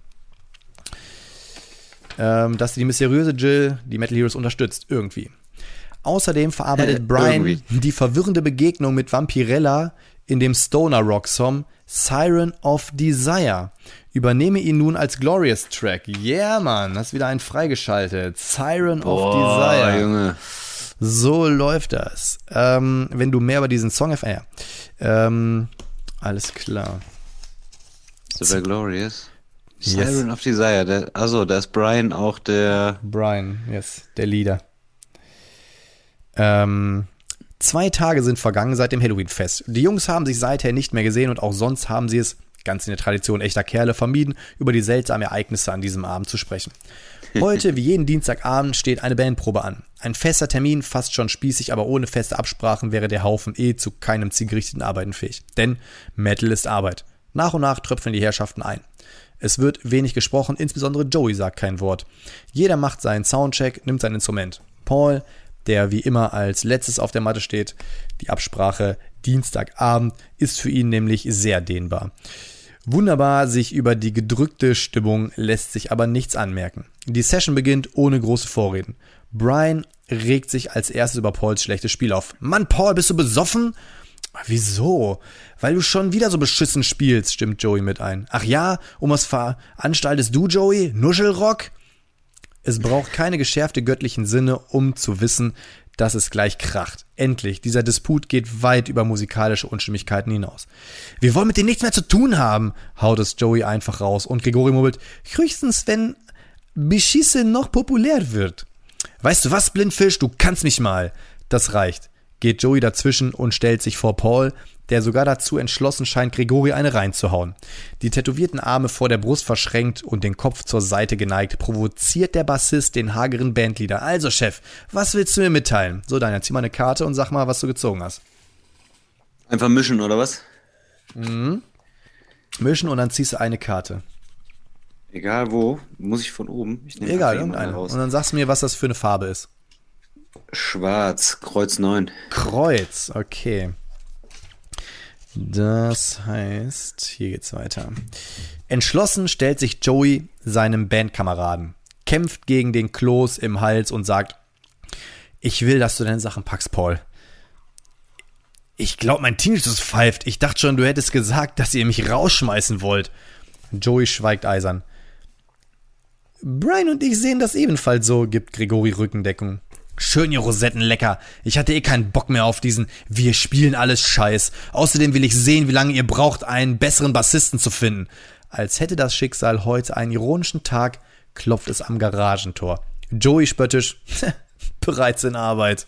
Dass die mysteriöse Jill die Metal Heroes unterstützt, irgendwie. Außerdem verarbeitet Brian die verwirrende Begegnung mit Vampirella in dem Stoner-Rock-Song Siren of Desire. Übernehme ihn nun als Glorious-Track. Yeah, Mann, hast wieder einen freigeschaltet. Siren of Desire. Junge. So läuft das. Wenn du mehr über diesen Song erfährst. Alles klar. Super Glorious. Yes. Siren of Desire. Da ist Brian auch der... Brian, yes, der Leader. 2 Tage sind vergangen seit dem Halloween-Fest. Die Jungs haben sich seither nicht mehr gesehen und auch sonst haben sie es, ganz in der Tradition echter Kerle, vermieden, über die seltsamen Ereignisse an diesem Abend zu sprechen. Heute, wie jeden Dienstagabend, steht eine Bandprobe an. Ein fester Termin, fast schon spießig, aber ohne feste Absprachen wäre der Haufen zu keinem zielgerichteten Arbeiten fähig. Denn Metal ist Arbeit. Nach und nach tröpfeln die Herrschaften ein. Es wird wenig gesprochen, insbesondere Joey sagt kein Wort. Jeder macht seinen Soundcheck, nimmt sein Instrument. Paul, der wie immer als letztes auf der Matte steht, die Absprache Dienstagabend ist für ihn nämlich sehr dehnbar. Wunderbar sich über die gedrückte Stimmung lässt sich aber nichts anmerken. Die Session beginnt ohne große Vorreden. Brian regt sich als erstes über Pauls schlechtes Spiel auf. Mann, Paul, bist du besoffen? Wieso? Weil du schon wieder so beschissen spielst, stimmt Joey mit ein. Ach ja, und was veranstaltest du, Joey? Nuschelrock? Es braucht keine geschärfte göttlichen Sinne, um zu wissen, dass es gleich kracht. Endlich, dieser Disput geht weit über musikalische Unstimmigkeiten hinaus. Wir wollen mit denen nichts mehr zu tun haben, haut es Joey einfach raus und Gregori murmelt, höchstens wenn Beschisse noch populär wird. Weißt du was, Blindfisch, du kannst mich mal. Das reicht. Geht Joey dazwischen und stellt sich vor Paul, der sogar dazu entschlossen scheint, Gregori eine reinzuhauen. Die tätowierten Arme vor der Brust verschränkt und den Kopf zur Seite geneigt, provoziert der Bassist den hageren Bandleader. Also, Chef, was willst du mir mitteilen? So, Daniel, zieh mal eine Karte und sag mal, was du gezogen hast. Einfach mischen, oder was? Mhm. Mischen und dann ziehst du eine Karte. Egal wo, muss ich von oben? Ich nehme egal, irgendeine. Und dann sagst du mir, was das für eine Farbe ist. Schwarz, Kreuz 9. Kreuz, okay. Das heißt, hier geht's weiter. Entschlossen stellt sich Joey seinem Bandkameraden, kämpft gegen den Kloß im Hals und sagt, ich will, dass du deine Sachen packst, Paul. Ich glaube, mein Tinnitus pfeift. Ich dachte schon, du hättest gesagt, dass ihr mich rausschmeißen wollt. Joey schweigt eisern. Brian und ich sehen das ebenfalls so, gibt Gregori Rückendeckung. Schön, ihr Rosetten, lecker. Ich hatte keinen Bock mehr auf diesen wir spielen alles Scheiß. Außerdem will ich sehen, wie lange ihr braucht, einen besseren Bassisten zu finden. Als hätte das Schicksal heute einen ironischen Tag, klopft es am Garagentor. Joey spöttisch, bereits in Arbeit.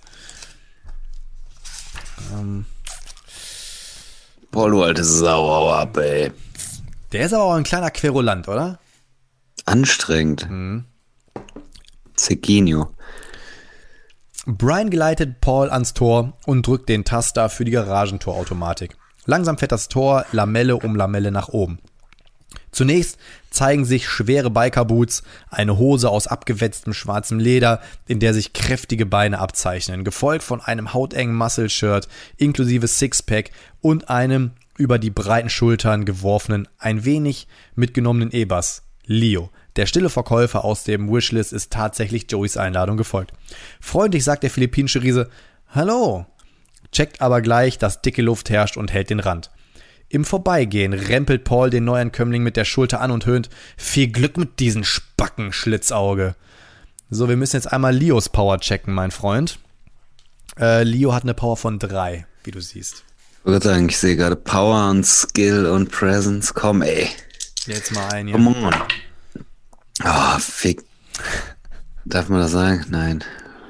Paul, du alte Sau, hau ab, ey. Der ist aber auch ein kleiner Querulant, oder? Anstrengend. Cecchinio. Brian geleitet Paul ans Tor und drückt den Taster für die Garagentorautomatik. Langsam fährt das Tor Lamelle um Lamelle nach oben. Zunächst zeigen sich schwere Bikerboots, eine Hose aus abgewetztem schwarzem Leder, in der sich kräftige Beine abzeichnen, gefolgt von einem hautengen Muscle-Shirt inklusive Sixpack und einem über die breiten Schultern geworfenen, ein wenig mitgenommenen E-Bass. Leo, der stille Verkäufer aus dem Wishlist, ist tatsächlich Joeys Einladung gefolgt. Freundlich sagt der philippinische Riese, Hallo, checkt aber gleich, dass dicke Luft herrscht und hält den Rand. Im Vorbeigehen rempelt Paul den Neuankömmling mit der Schulter an und höhnt: Viel Glück mit diesem Spacken, Schlitzauge. So, wir müssen jetzt einmal Leos Power checken, mein Freund. Leo hat eine Power von 3, wie du siehst. Ich würde sagen, ich sehe gerade Power und Skill und Presence. Komm, ey. Jetzt mal ein, ja. Come on. Oh, fick. Darf man das sagen? Nein.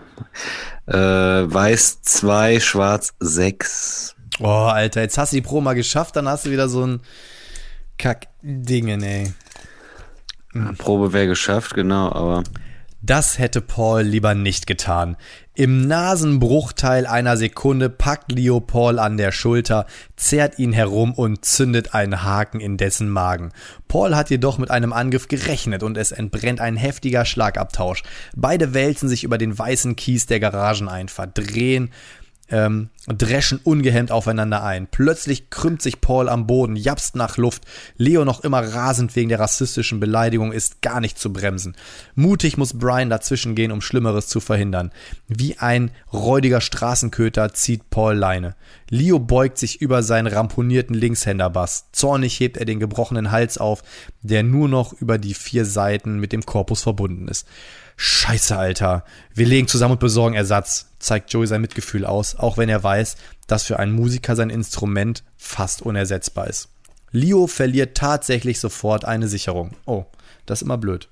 Weiß 2, Schwarz 6. Oh, Alter, jetzt hast du die Pro mal geschafft, dann hast du wieder so ein Kack-Dingen, ey. Probe wäre geschafft, genau, aber... Das hätte Paul lieber nicht getan. Im Nasenbruchteil einer Sekunde packt Leo Paul an der Schulter, zerrt ihn herum und zündet einen Haken in dessen Magen. Paul hat jedoch mit einem Angriff gerechnet und es entbrennt ein heftiger Schlagabtausch. Beide wälzen sich über den weißen Kies der Garageneinfahrt, dreschen ungehemmt aufeinander ein. Plötzlich krümmt sich Paul am Boden, japst nach Luft. Leo, noch immer rasend wegen der rassistischen Beleidigung, ist gar nicht zu bremsen. Mutig muss Brian dazwischen gehen, um Schlimmeres zu verhindern. Wie ein räudiger Straßenköter zieht Paul Leine. Leo beugt sich über seinen ramponierten Linkshänderbass. Zornig hebt er den gebrochenen Hals auf, der nur noch über die 4 Seiten mit dem Korpus verbunden ist. Scheiße, Alter. Wir legen zusammen und besorgen Ersatz, zeigt Joey sein Mitgefühl aus, auch wenn er weiß, dass für einen Musiker sein Instrument fast unersetzbar ist. Leo verliert tatsächlich sofort eine Sicherung. Oh, das ist immer blöd.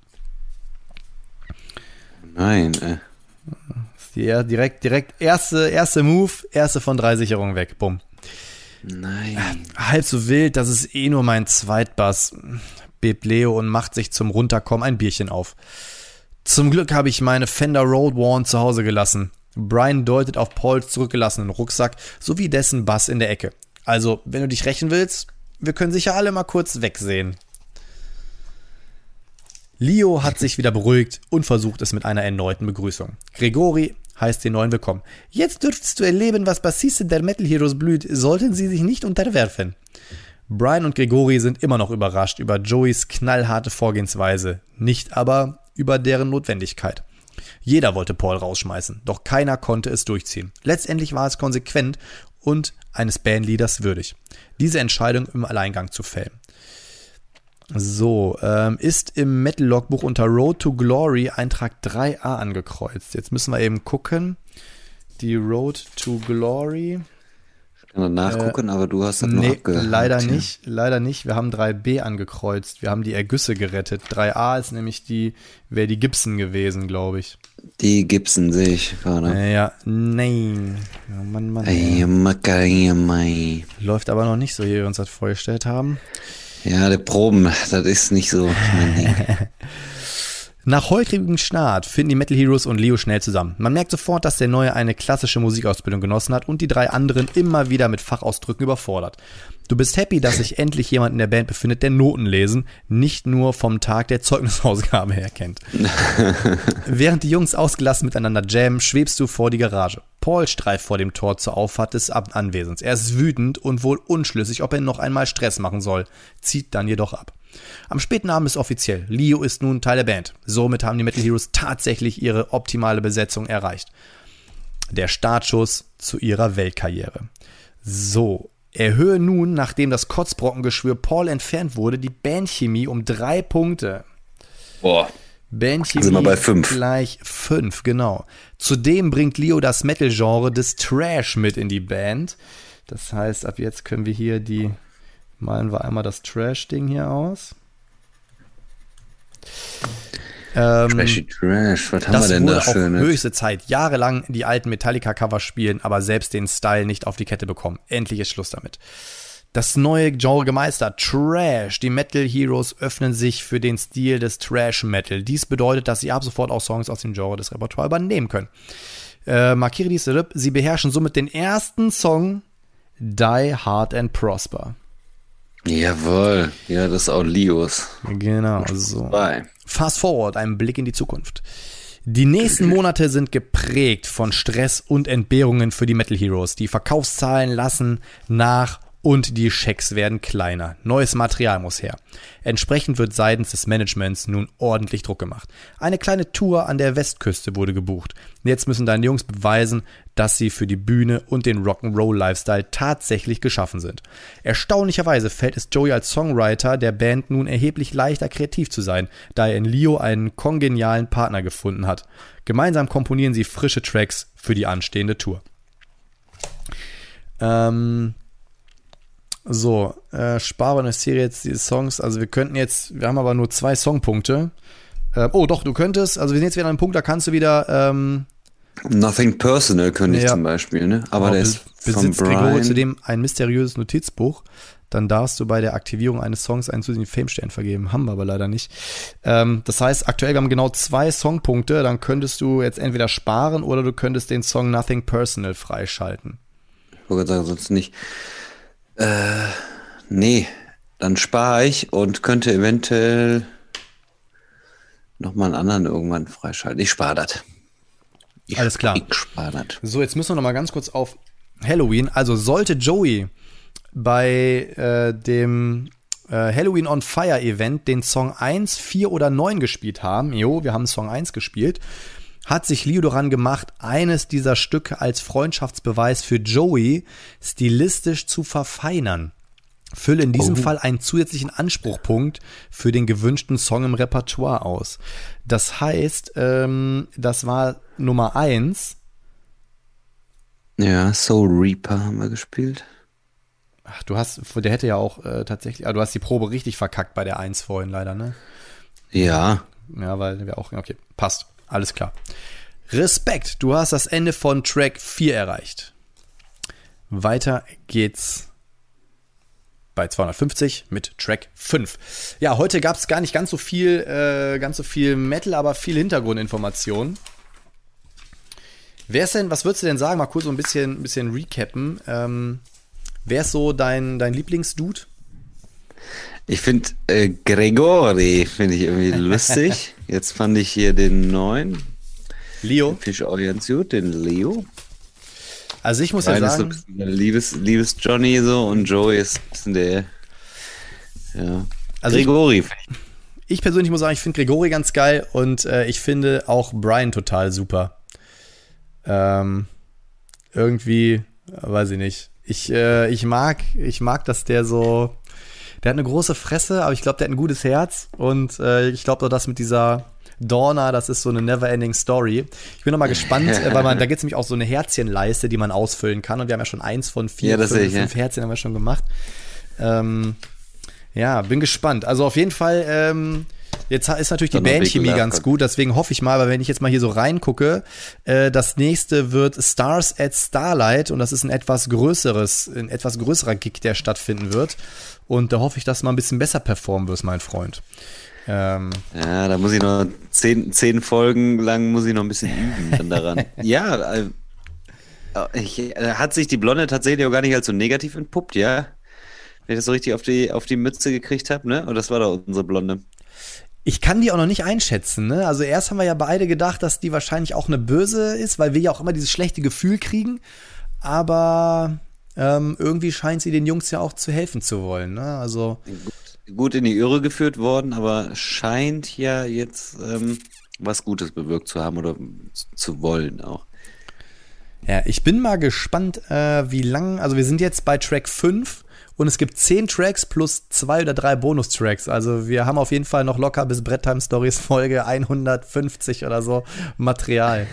Nein, Direkt erste Move, erste von 3 Sicherungen weg. Bumm. Nein. Halb so wild, das ist eh nur mein Zweitbass, bebt Leo und macht sich zum Runterkommen ein Bierchen auf. Zum Glück habe ich meine Fender Road Warn zu Hause gelassen. Brian deutet auf Pauls zurückgelassenen Rucksack sowie dessen Bass in der Ecke. Also, wenn du dich rächen willst, wir können sicher alle mal kurz wegsehen. Leo hat sich wieder beruhigt und versucht es mit einer erneuten Begrüßung. Gregory heißt den Neuen willkommen. Jetzt dürftest du erleben, was Bassisten der Metal Heroes blüht, sollten sie sich nicht unterwerfen. Brian und Gregory sind immer noch überrascht über Joeys knallharte Vorgehensweise, nicht aber über deren Notwendigkeit. Jeder wollte Paul rausschmeißen, doch keiner konnte es durchziehen. Letztendlich war es konsequent und eines Bandleaders würdig, diese Entscheidung im Alleingang zu fällen. So, ist im Metal-Logbuch unter Road to Glory Eintrag 3a angekreuzt. Jetzt müssen wir eben gucken. Die Road to Glory. Ich kann nachgucken, aber du hast das nur abgehakt. Leider nicht. Wir haben 3b angekreuzt. Wir haben die Ergüsse gerettet. 3a ist nämlich wäre die Gibson gewesen, glaube ich. Die Gibson sehe ich gerade. Ja, nein. Oh Mann. Läuft aber noch nicht so, wie wir uns das vorgestellt haben. Ja, der Proben, das ist nicht so mein Ding. Nach häufigem Start finden die Metal Heroes und Leo schnell zusammen. Man merkt sofort, dass der Neue eine klassische Musikausbildung genossen hat und die 3 anderen immer wieder mit Fachausdrücken überfordert. Du bist happy, dass sich endlich jemand in der Band befindet, der Noten lesen, nicht nur vom Tag der Zeugnisausgabe her kennt. Während die Jungs ausgelassen miteinander jammen, schwebst du vor die Garage. Paul streift vor dem Tor zur Auffahrt des Anwesens. Er ist wütend und wohl unschlüssig, ob er noch einmal Stress machen soll, zieht dann jedoch ab. Am späten Abend ist offiziell, Leo ist nun Teil der Band. Somit haben die Metal Heroes tatsächlich ihre optimale Besetzung erreicht. Der Startschuss zu ihrer Weltkarriere. So, erhöhe nun, nachdem das Kotzbrockengeschwür Paul entfernt wurde, die Bandchemie um 3 Punkte. Boah. Bandchemie sind wir bei 5. Gleich 5, genau. Zudem bringt Leo das Metal-Genre des Trash mit in die Band. Das heißt, ab jetzt können wir hier malen wir einmal das Trash-Ding hier aus. Trashy Trash, was haben wir denn da schön? Höchste Zeit. Jahrelang die alten Metallica-Cover spielen, aber selbst den Style nicht auf die Kette bekommen. Endlich ist Schluss damit. Das neue Genre gemeistert, Trash. Die Metal Heroes öffnen sich für den Stil des Trash Metal. Dies bedeutet, dass sie ab sofort auch Songs aus dem Genre des Repertoires übernehmen können. Markiere dies, sie beherrschen somit den ersten Song Die Hard and Prosper. Jawohl, ja, das ist auch Leos. Genau, so. Fast forward, ein Blick in die Zukunft. Die nächsten Monate sind geprägt von Stress und Entbehrungen für die Metal Heroes. Die Verkaufszahlen lassen nach und die Schecks werden kleiner. Neues Material muss her. Entsprechend wird seitens des Managements nun ordentlich Druck gemacht. Eine kleine Tour an der Westküste wurde gebucht. Jetzt müssen deine Jungs beweisen, dass sie für die Bühne und den Rock'n'Roll-Lifestyle tatsächlich geschaffen sind. Erstaunlicherweise fällt es Joey als Songwriter der Band nun erheblich leichter, kreativ zu sein, da er in Leo einen kongenialen Partner gefunden hat. Gemeinsam komponieren sie frische Tracks für die anstehende Tour. Spare in der Serie jetzt die Songs, also wir haben aber nur 2 Songpunkte. Du könntest, also wir sind jetzt wieder an einem Punkt, da kannst du wieder Nothing Personal könnte ich zum Beispiel, ne? Aber der ist besitzt von Brian. Gregori zudem ein mysteriöses Notizbuch. Dann darfst du bei der Aktivierung eines Songs einen zusätzlichen Fame-Stern vergeben. Haben wir aber leider nicht. Das heißt, aktuell, wir haben genau 2 Songpunkte. Dann könntest du jetzt entweder sparen oder du könntest den Song Nothing Personal freischalten. Ich wollte sagen, sonst nicht. Nee, dann spare ich und könnte eventuell nochmal einen anderen irgendwann freischalten. Ich spare das. Alles klar. Ich spare das. So, jetzt müssen wir nochmal ganz kurz auf Halloween. Also sollte Joey bei dem Halloween on Fire Event den Song 1, 4 oder 9 gespielt haben, wir haben Song 1 gespielt, hat sich Leo daran gemacht, eines dieser Stücke als Freundschaftsbeweis für Joey stilistisch zu verfeinern. Fülle in diesem Fall einen zusätzlichen Anspruchpunkt für den gewünschten Song im Repertoire aus. Das heißt, das war Nummer 1. Ja, Soul Reaper haben wir gespielt. Ach, der hätte ja auch tatsächlich, du hast die Probe richtig verkackt bei der 1 vorhin leider, ne? Ja. Ja, weil wir auch, okay, passt, alles klar. Respekt, du hast das Ende von Track 4 erreicht. Weiter geht's bei 250 mit Track 5. Ja, heute gab es gar nicht ganz so viel Metal, aber viel Hintergrundinformationen. Was würdest du denn sagen? Mal kurz so ein bisschen recappen. Wer ist so dein Lieblingsdude? Ich finde Gregori finde ich irgendwie lustig. Jetzt fand ich hier den neuen. Leo. Fish auch ganz gut, den Leo. Also ich muss ja sagen, ist so ein Liebes Johnny so und Joey ist ein bisschen der, ja. Also Gregori. Ich persönlich muss sagen, ich finde Gregori ganz geil und ich finde auch Brian total super. Irgendwie, weiß ich nicht. Ich mag, dass der so, der hat eine große Fresse, aber ich glaube, der hat ein gutes Herz und ich glaube, das mit dieser Dorna, das ist so eine never-ending Story. Ich bin noch mal gespannt, weil da gibt es nämlich auch so eine Herzchenleiste, die man ausfüllen kann. Und wir haben ja schon 1 von 4, 5 Herzchen haben wir schon gemacht. Bin gespannt. Also auf jeden Fall, jetzt ist natürlich die Bandchemie ganz gut. Deswegen hoffe ich mal, weil wenn ich jetzt mal hier so reingucke, das nächste wird Stars at Starlight. Und das ist ein etwas größerer Gig, der stattfinden wird. Und da hoffe ich, dass du mal ein bisschen besser performen wirst, mein Freund. Ja, da muss ich noch 10 Folgen lang muss ich noch ein bisschen üben dann daran. Ja, hat sich die Blonde tatsächlich auch gar nicht als so negativ entpuppt, ja? Wenn ich das so richtig auf die Mütze gekriegt habe, ne? Und das war doch unsere Blonde. Ich kann die auch noch nicht einschätzen, ne? Also erst haben wir ja beide gedacht, dass die wahrscheinlich auch eine Böse ist, weil wir ja auch immer dieses schlechte Gefühl kriegen. Aber irgendwie scheint sie den Jungs ja auch zu helfen zu wollen, ne? Also gut in die Irre geführt worden, aber scheint ja jetzt was Gutes bewirkt zu haben oder zu wollen auch. Ja, ich bin mal gespannt, wie lang, also wir sind jetzt bei Track 5 und es gibt 10 Tracks plus 2 oder 3 Bonustracks. Also wir haben auf jeden Fall noch locker bis Brett Time Stories Folge 150 oder so Material.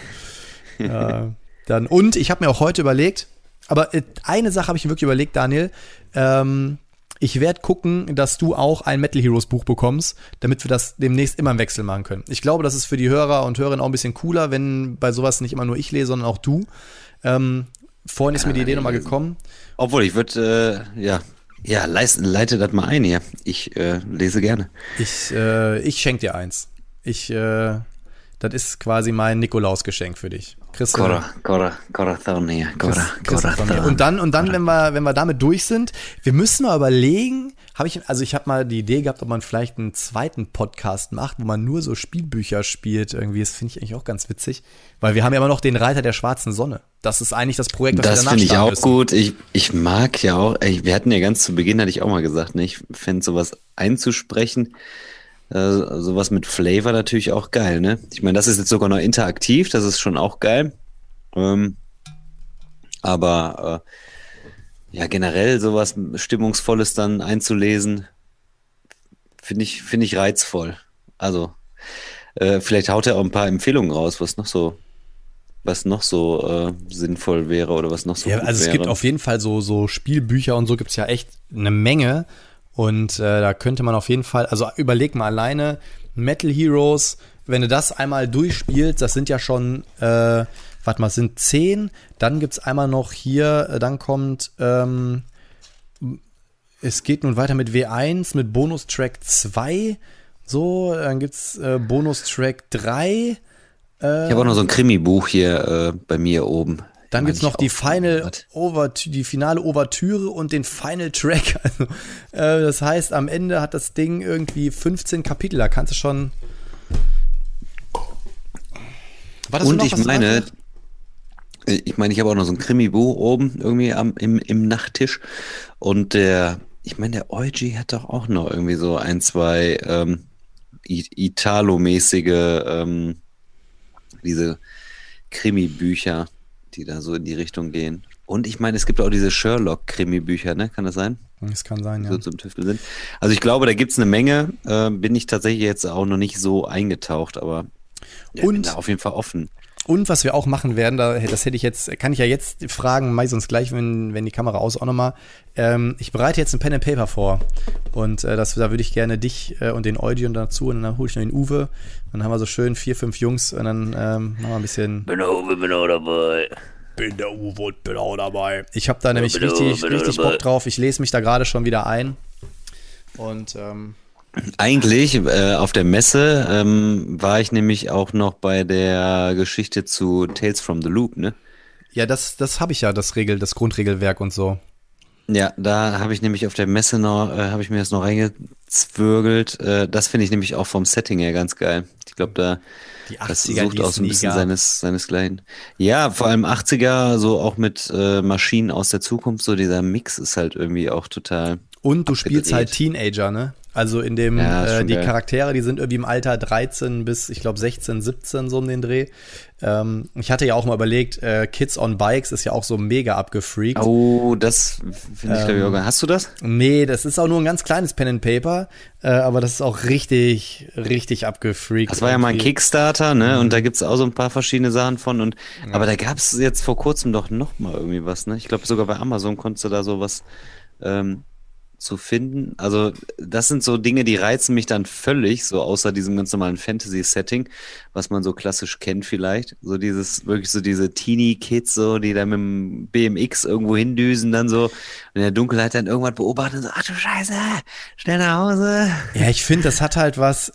Und ich habe mir auch heute überlegt, aber eine Sache habe ich mir wirklich überlegt, Daniel, ich werde gucken, dass du auch ein Metal Heroes Buch bekommst, damit wir das demnächst immer im Wechsel machen können. Ich glaube, das ist für die Hörer und Hörerinnen auch ein bisschen cooler, wenn bei sowas nicht immer nur ich lese, sondern auch du. Vorhin ist mir die Idee nochmal gekommen. Obwohl, ich würde, leite das mal ein hier. Ich lese gerne. Ich schenke dir eins. Das ist quasi mein Nikolausgeschenk für dich. Corathon hier. Und dann, wenn wir damit durch sind, wir müssen mal überlegen, ich habe mal die Idee gehabt, ob man vielleicht einen zweiten Podcast macht, wo man nur so Spielbücher spielt irgendwie. Das finde ich eigentlich auch ganz witzig, weil wir haben ja immer noch den Reiter der schwarzen Sonne. Das ist eigentlich das Projekt, das finde ich auch gut. Ich mag ja auch, wir hatten ja ganz zu Beginn, hatte ich auch mal gesagt, ne, ich fände sowas einzusprechen, sowas mit Flavor natürlich auch geil, ne? Ich meine, das ist jetzt sogar noch interaktiv, das ist schon auch geil. Aber ja, generell sowas Stimmungsvolles dann einzulesen, finde ich reizvoll. Also, vielleicht haut er auch ein paar Empfehlungen raus, was noch so sinnvoll wäre oder was noch so ja, gut also es wäre. gibt auf jeden Fall so Spielbücher und so gibt's ja echt eine Menge. Und da könnte man auf jeden Fall, also überleg mal alleine, Metal Heroes, wenn du das einmal durchspielst, das sind ja schon, es sind 10, dann gibt's einmal noch hier, dann kommt, es geht nun weiter mit W1, mit Bonustrack 2, so, dann gibt's Bonustrack 3. Ich habe auch noch so ein Krimi-Buch hier bei mir oben. Dann gibt's noch die finale Ouvertüre und den Final Track. Also, das heißt, am Ende hat das Ding irgendwie 15 Kapitel. Da kannst du schon. Und ich meine, ich habe auch noch so ein Krimi-Buch oben irgendwie im Nachttisch. Und der Eugi hat doch auch noch irgendwie so ein, zwei Italo-mäßige diese Krimi-Bücher, die da so in die Richtung gehen. Und ich meine, es gibt auch diese Sherlock-Krimi-Bücher, ne? Kann das sein? Das kann sein, ja. So zum Tüftel sind. Also ich glaube, da gibt's eine Menge. Bin ich tatsächlich jetzt auch noch nicht so eingetaucht, aber ja, bin da auf jeden Fall offen. Und was wir auch machen werden, kann ich ja jetzt fragen, mach ich sonst gleich, wenn die Kamera aus, auch nochmal. Ich bereite jetzt ein Pen and Paper vor. Und da würde ich gerne dich und den Eugen dazu und dann hole ich noch den Uwe. Dann haben wir so schön 4, 5 Jungs und dann machen wir ein bisschen. Bin der Uwe, bin auch dabei. Bin der Uwe und bin auch dabei. Ich habe da nämlich richtig Bock drauf. Ich lese mich da gerade schon wieder ein. Und eigentlich auf der Messe war ich nämlich auch noch bei der Geschichte zu Tales from the Loop, ne? Ja, das habe ich ja, das Grundregelwerk und so. Ja, da habe ich nämlich auf der Messe noch, habe ich mir das noch reingezwürgelt. Das finde ich nämlich auch vom Setting her ganz geil. Ich glaube, das sucht auch so ein bisschen seinesgleichen. Ja, vor allem 80er, so auch mit Maschinen aus der Zukunft, so dieser Mix ist halt irgendwie auch total. Und du spielst halt Teenager, ne? Also in dem, die geil. Charaktere, die sind irgendwie im Alter 13 bis, ich glaube, 16, 17, so um den Dreh. Ich hatte ja auch mal überlegt, Kids on Bikes ist ja auch so mega abgefreakt. Oh, das finde ich, glaube ich, auch geil. Hast du das? Nee, das ist auch nur ein ganz kleines Pen and Paper, aber das ist auch richtig, richtig abgefreakt. Das war ja mal ein Kickstarter, ne? Und da gibt's auch so ein paar verschiedene Sachen von. Aber da gab's jetzt vor kurzem doch noch mal irgendwie was, ne? Ich glaube, sogar bei Amazon konntest du da sowas zu finden. Also das sind so Dinge, die reizen mich dann völlig, so außer diesem ganz normalen Fantasy-Setting, was man so klassisch kennt vielleicht. So wirklich so diese Teenie-Kids, so, die da mit dem BMX irgendwo hindüsen, dann so in der Dunkelheit dann irgendwas beobachten und so, ach du Scheiße, schnell nach Hause. Ja, ich finde, das hat halt was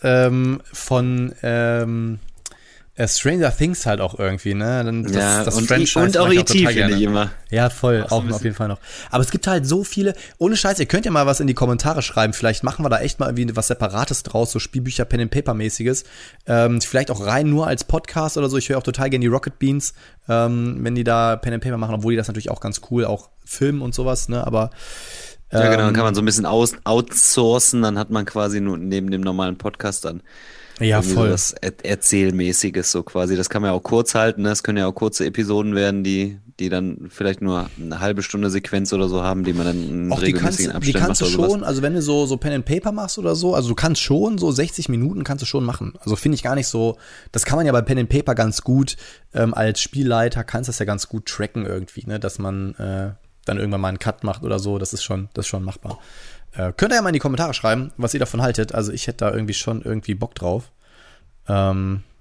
von Stranger Things halt auch irgendwie, ne? Das Franchise und auch E.T. finde ich immer. Ja, voll, auch auf jeden Fall noch. Aber es gibt halt so viele, ohne Scheiß, ihr könnt ja mal was in die Kommentare schreiben, vielleicht machen wir da echt mal irgendwie was Separates draus, so Spielbücher, Pen-and-Paper-mäßiges. Vielleicht auch rein nur als Podcast oder so. Ich höre auch total gerne die Rocket Beans, wenn die da Pen-and-Paper machen, obwohl die das natürlich auch ganz cool auch filmen und sowas, ne? Aber ja, genau, dann kann man so ein bisschen outsourcen, dann hat man quasi nur neben dem normalen Podcast dann ja, voll. So das Erzählmäßiges so quasi. Das kann man ja auch kurz halten. Ne? Das können ja auch kurze Episoden werden, die dann vielleicht nur eine halbe Stunde Sequenz oder so haben, die man dann in regelmäßigen Abständen macht. Die kannst du schon, also wenn du so Pen and Paper machst oder so, also du kannst schon so 60 Minuten kannst du schon machen. Also finde ich gar nicht so, das kann man ja bei Pen and Paper ganz gut, als Spielleiter kannst du das ja ganz gut tracken irgendwie, ne? Dass man dann irgendwann mal einen Cut macht oder so. Das ist schon machbar. Könnt ihr ja mal in die Kommentare schreiben, was ihr davon haltet. Also ich hätte da irgendwie Bock drauf. Ja.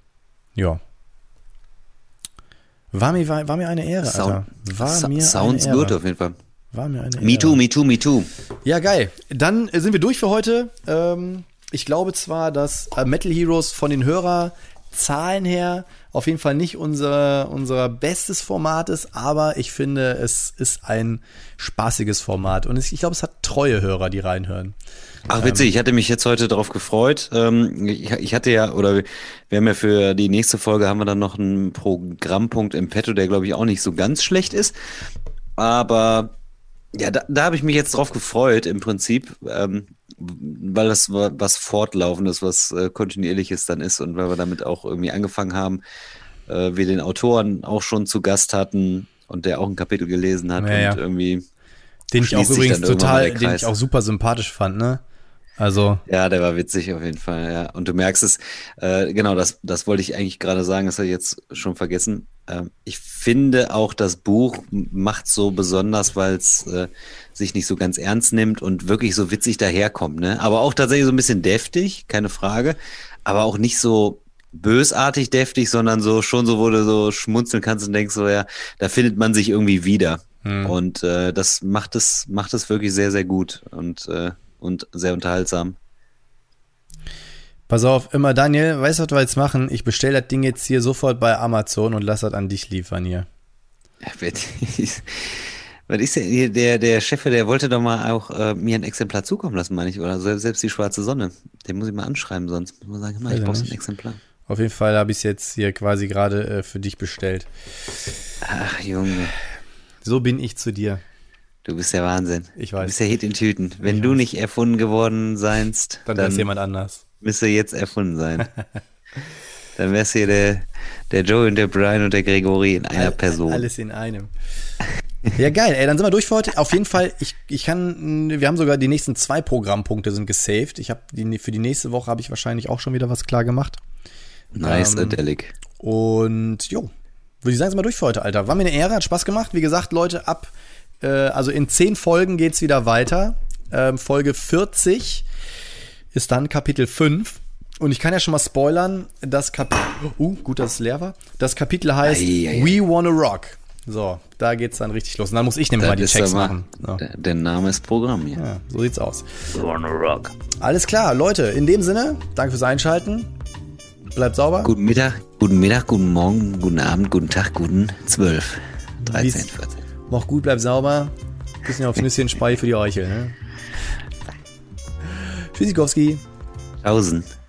War mir eine Ehre, Alter. Sounds good auf jeden Fall. War mir eine Ehre. Me too. Ja, geil. Dann sind wir durch für heute. Ich glaube zwar, dass Metal Heroes von den Hörerzahlen her auf jeden Fall nicht unser bestes Format ist, aber ich finde, es ist ein spaßiges Format und ich glaube, es hat treue Hörer, die reinhören. Ach witzig, ich hatte mich jetzt heute darauf gefreut. Ich hatte ja, oder wir haben ja für die nächste Folge haben wir dann noch einen Programmpunkt im Petto, der glaube ich auch nicht so ganz schlecht ist. Aber ja, da habe ich mich jetzt drauf gefreut im Prinzip, weil das was Fortlaufendes, was Kontinuierliches dann ist und weil wir damit auch irgendwie angefangen haben, wir den Autoren auch schon zu Gast hatten und der auch ein Kapitel gelesen hat und irgendwie den ich auch übrigens den ich auch super sympathisch fand, ne? Also. Ja, der war witzig auf jeden Fall, ja. Und du merkst es, genau, das wollte ich eigentlich gerade sagen, das habe ich jetzt schon vergessen. Ich finde auch, das Buch macht so besonders, weil es sich nicht so ganz ernst nimmt und wirklich so witzig daherkommt, ne? Aber auch tatsächlich so ein bisschen deftig, keine Frage, aber auch nicht so bösartig deftig, sondern so schon so, wo du so schmunzeln kannst und denkst so, ja, da findet man sich irgendwie wieder. Und das macht es wirklich sehr, sehr gut und sehr unterhaltsam. Pass auf, immer Daniel, weißt du, was wir jetzt machen? Ich bestelle das Ding jetzt hier sofort bei Amazon und lass das an dich liefern hier. Was ist denn der Chef, der wollte doch mal auch mir ein Exemplar zukommen lassen, meine ich, oder selbst die schwarze Sonne. Den muss ich mal anschreiben, sonst muss man sagen, ich brauche so ein Exemplar. Auf jeden Fall habe ich es jetzt hier quasi gerade für dich bestellt. Ach, Junge. So bin ich zu dir. Du bist der Wahnsinn. Ich weiß. Du bist der Hit in Tüten. Wenn du nicht erfunden geworden seinst, dann wär's jemand anders. Müsste jetzt erfunden sein. Dann wär's hier der Joey und der Brian und der Gregory in einer Person. Alles in einem. Ja, geil. Ey, dann sind wir durch für heute. Auf jeden Fall, wir haben sogar die nächsten 2 Programmpunkte sind gesaved. Für die nächste Woche habe ich wahrscheinlich auch schon wieder was klar gemacht. Nice, Delic. Und jo, würde ich sagen, sind wir durch für heute, Alter. War mir eine Ehre, hat Spaß gemacht. Wie gesagt, Leute, also in 10 Folgen geht's wieder weiter. Folge 40 ist dann Kapitel 5. Und ich kann ja schon mal spoilern, das Kapitel, gut, dass es leer war. Das Kapitel heißt We Wanna Rock. So, da geht's dann richtig los. Und dann muss ich nämlich mal die Checks machen. So. Der Name ist Programm hier. Ja, so sieht's aus. We wanna rock. Alles klar, Leute, in dem Sinne, danke fürs Einschalten. Bleibt sauber. Guten Mittag, guten Morgen, guten Abend, guten Tag, guten 12, 13, 14. Mach gut, bleib sauber. Bisschen aufs Nüsschen, Spei für die Eichel. Ne? Tschüssikowski. 1000.